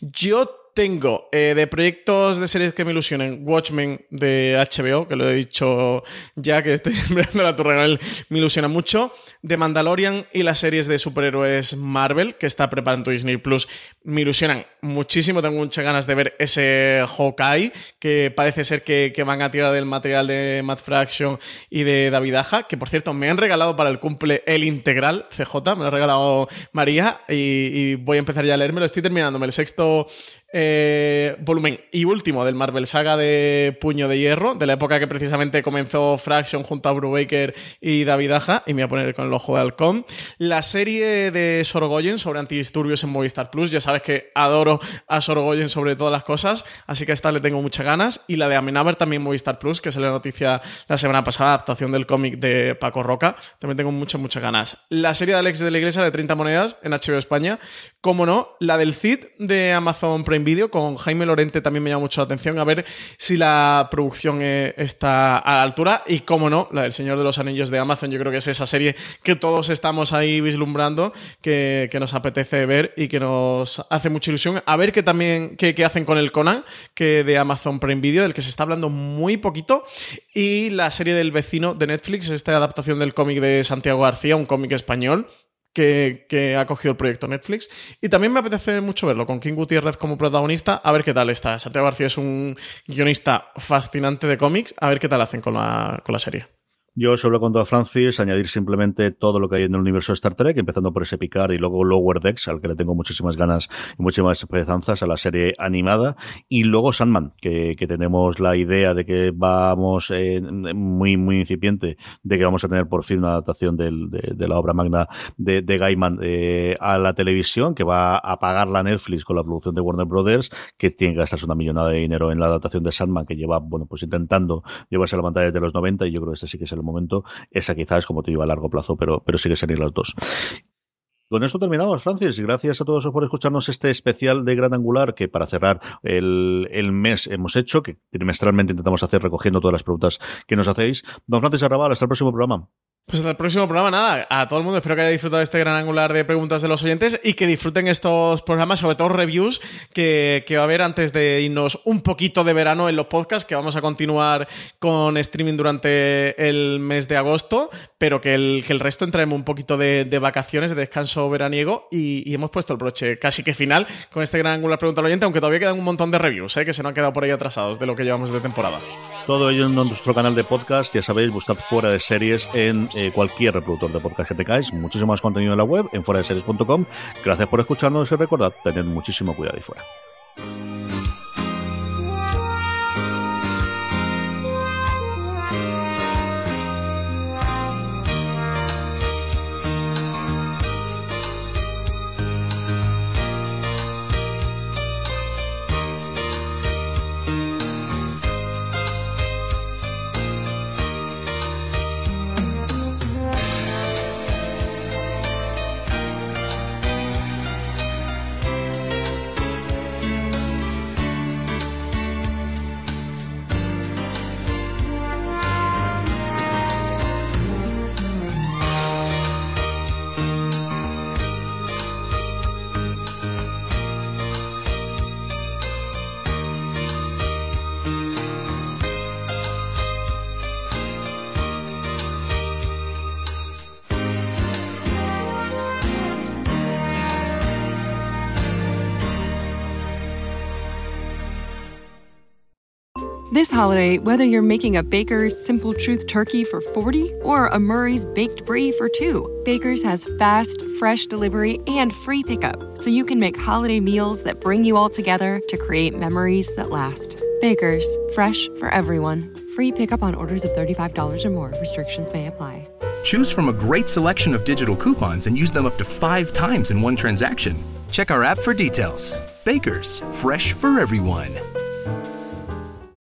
Yo tengo eh, de proyectos de series que me ilusionen, Watchmen de H B O, que lo he dicho ya, que estoy siempre dando la turra con él, me ilusiona mucho. De Mandalorian y las series de superhéroes Marvel, que está preparando Disney Plus, me ilusionan muchísimo. Tengo muchas ganas de ver ese Hawkeye, que parece ser que, que van a tirar del material de Matt Fraction y de David Aja, que por cierto me han regalado para el cumple el integral C J, me lo ha regalado María, y, y voy a empezar ya a leérmelo. Estoy terminándome el sexto Eh, volumen y último del Marvel Saga de Puño de Hierro, de la época que precisamente comenzó Fraction junto a Brubaker y David Aja, y me voy a poner con el ojo de halcón. La serie de Sorogoyen sobre antidisturbios en Movistar Plus, ya sabes que adoro a Sorogoyen sobre todas las cosas, así que a esta le tengo muchas ganas. Y la de Amenábar también en Movistar Plus, que se le noticia la semana pasada, adaptación del cómic de Paco Roca, también tengo muchas, muchas ganas. La serie de Alex de la Iglesia de treinta monedas en H B O España, cómo no. La del Cid de Amazon Prime Video con Jaime Lorente también me llama mucho la atención, a ver si la producción eh, está a la altura. Y cómo no, la del Señor de los Anillos de Amazon, yo creo que es esa serie que todos estamos ahí vislumbrando, que, que nos apetece ver y que nos hace mucha ilusión. A ver qué también qué, qué hacen con el Conan, que de Amazon Prime Video, del que se está hablando muy poquito. Y la serie del Vecino de Netflix, esta adaptación del cómic de Santiago García, un cómic español Que, que ha cogido el proyecto Netflix, y también me apetece mucho verlo con King Gutiérrez como protagonista, a ver qué tal está. Santiago García es un guionista fascinante de cómics, a ver qué tal hacen con la, con la serie. Yo solo con todo Francis, añadir simplemente todo lo que hay en el universo de Star Trek, empezando por ese Picard y luego Lower Decks, al que le tengo muchísimas ganas y muchísimas esperanzas, a la serie animada, y luego Sandman, que, que tenemos la idea de que vamos eh, muy muy incipiente, de que vamos a tener por fin una adaptación del, de, de la obra magna de, de Gaiman eh, a la televisión, que va a pagar la Netflix con la producción de Warner Brothers, que tiene que gastarse una millonada de dinero en la adaptación de Sandman, que lleva, bueno, pues intentando llevarse a la pantalla desde los noventa, y yo creo que este sí que es el momento. Esa quizás, como te digo, a largo plazo, pero, pero sí que serían las dos. Con esto terminamos, Francis. Gracias a todos por escucharnos este especial de Gran Angular que para cerrar el, el mes hemos hecho, que trimestralmente intentamos hacer recogiendo todas las preguntas que nos hacéis. Don Francis Arrabal, hasta el próximo programa. Pues en el próximo programa, nada, a todo el mundo espero que haya disfrutado de este Gran Angular de preguntas de los oyentes y que disfruten estos programas, sobre todo reviews, que, que va a haber antes de irnos un poquito de verano en los podcasts, que vamos a continuar con streaming durante el mes de agosto, pero que el, que el resto entraremos un poquito de, de vacaciones, de descanso veraniego, y, y hemos puesto el broche casi que final con este Gran Angular pregunta al oyente, aunque todavía quedan un montón de reviews, ¿eh? Que se nos han quedado por ahí atrasados de lo que llevamos de temporada. Todo ello en nuestro canal de podcast, ya sabéis, buscad Fuera de Series en eh, cualquier reproductor de podcast que tengáis. Muchísimo más contenido en la web, en fuera de series punto com. Gracias por escucharnos y recordad, tened muchísimo cuidado ahí fuera. This holiday, whether you're making a Baker's Simple Truth turkey for forty or a Murray's Baked Brie for two, Baker's has fast, fresh delivery and free pickup, so you can make holiday meals that bring you all together to create memories that last. Baker's, fresh for everyone. Free pickup on orders of thirty-five dollars or more. Restrictions may apply. Choose from a great selection of digital coupons and use them up to five times in one transaction. Check our app for details. Baker's, fresh for everyone.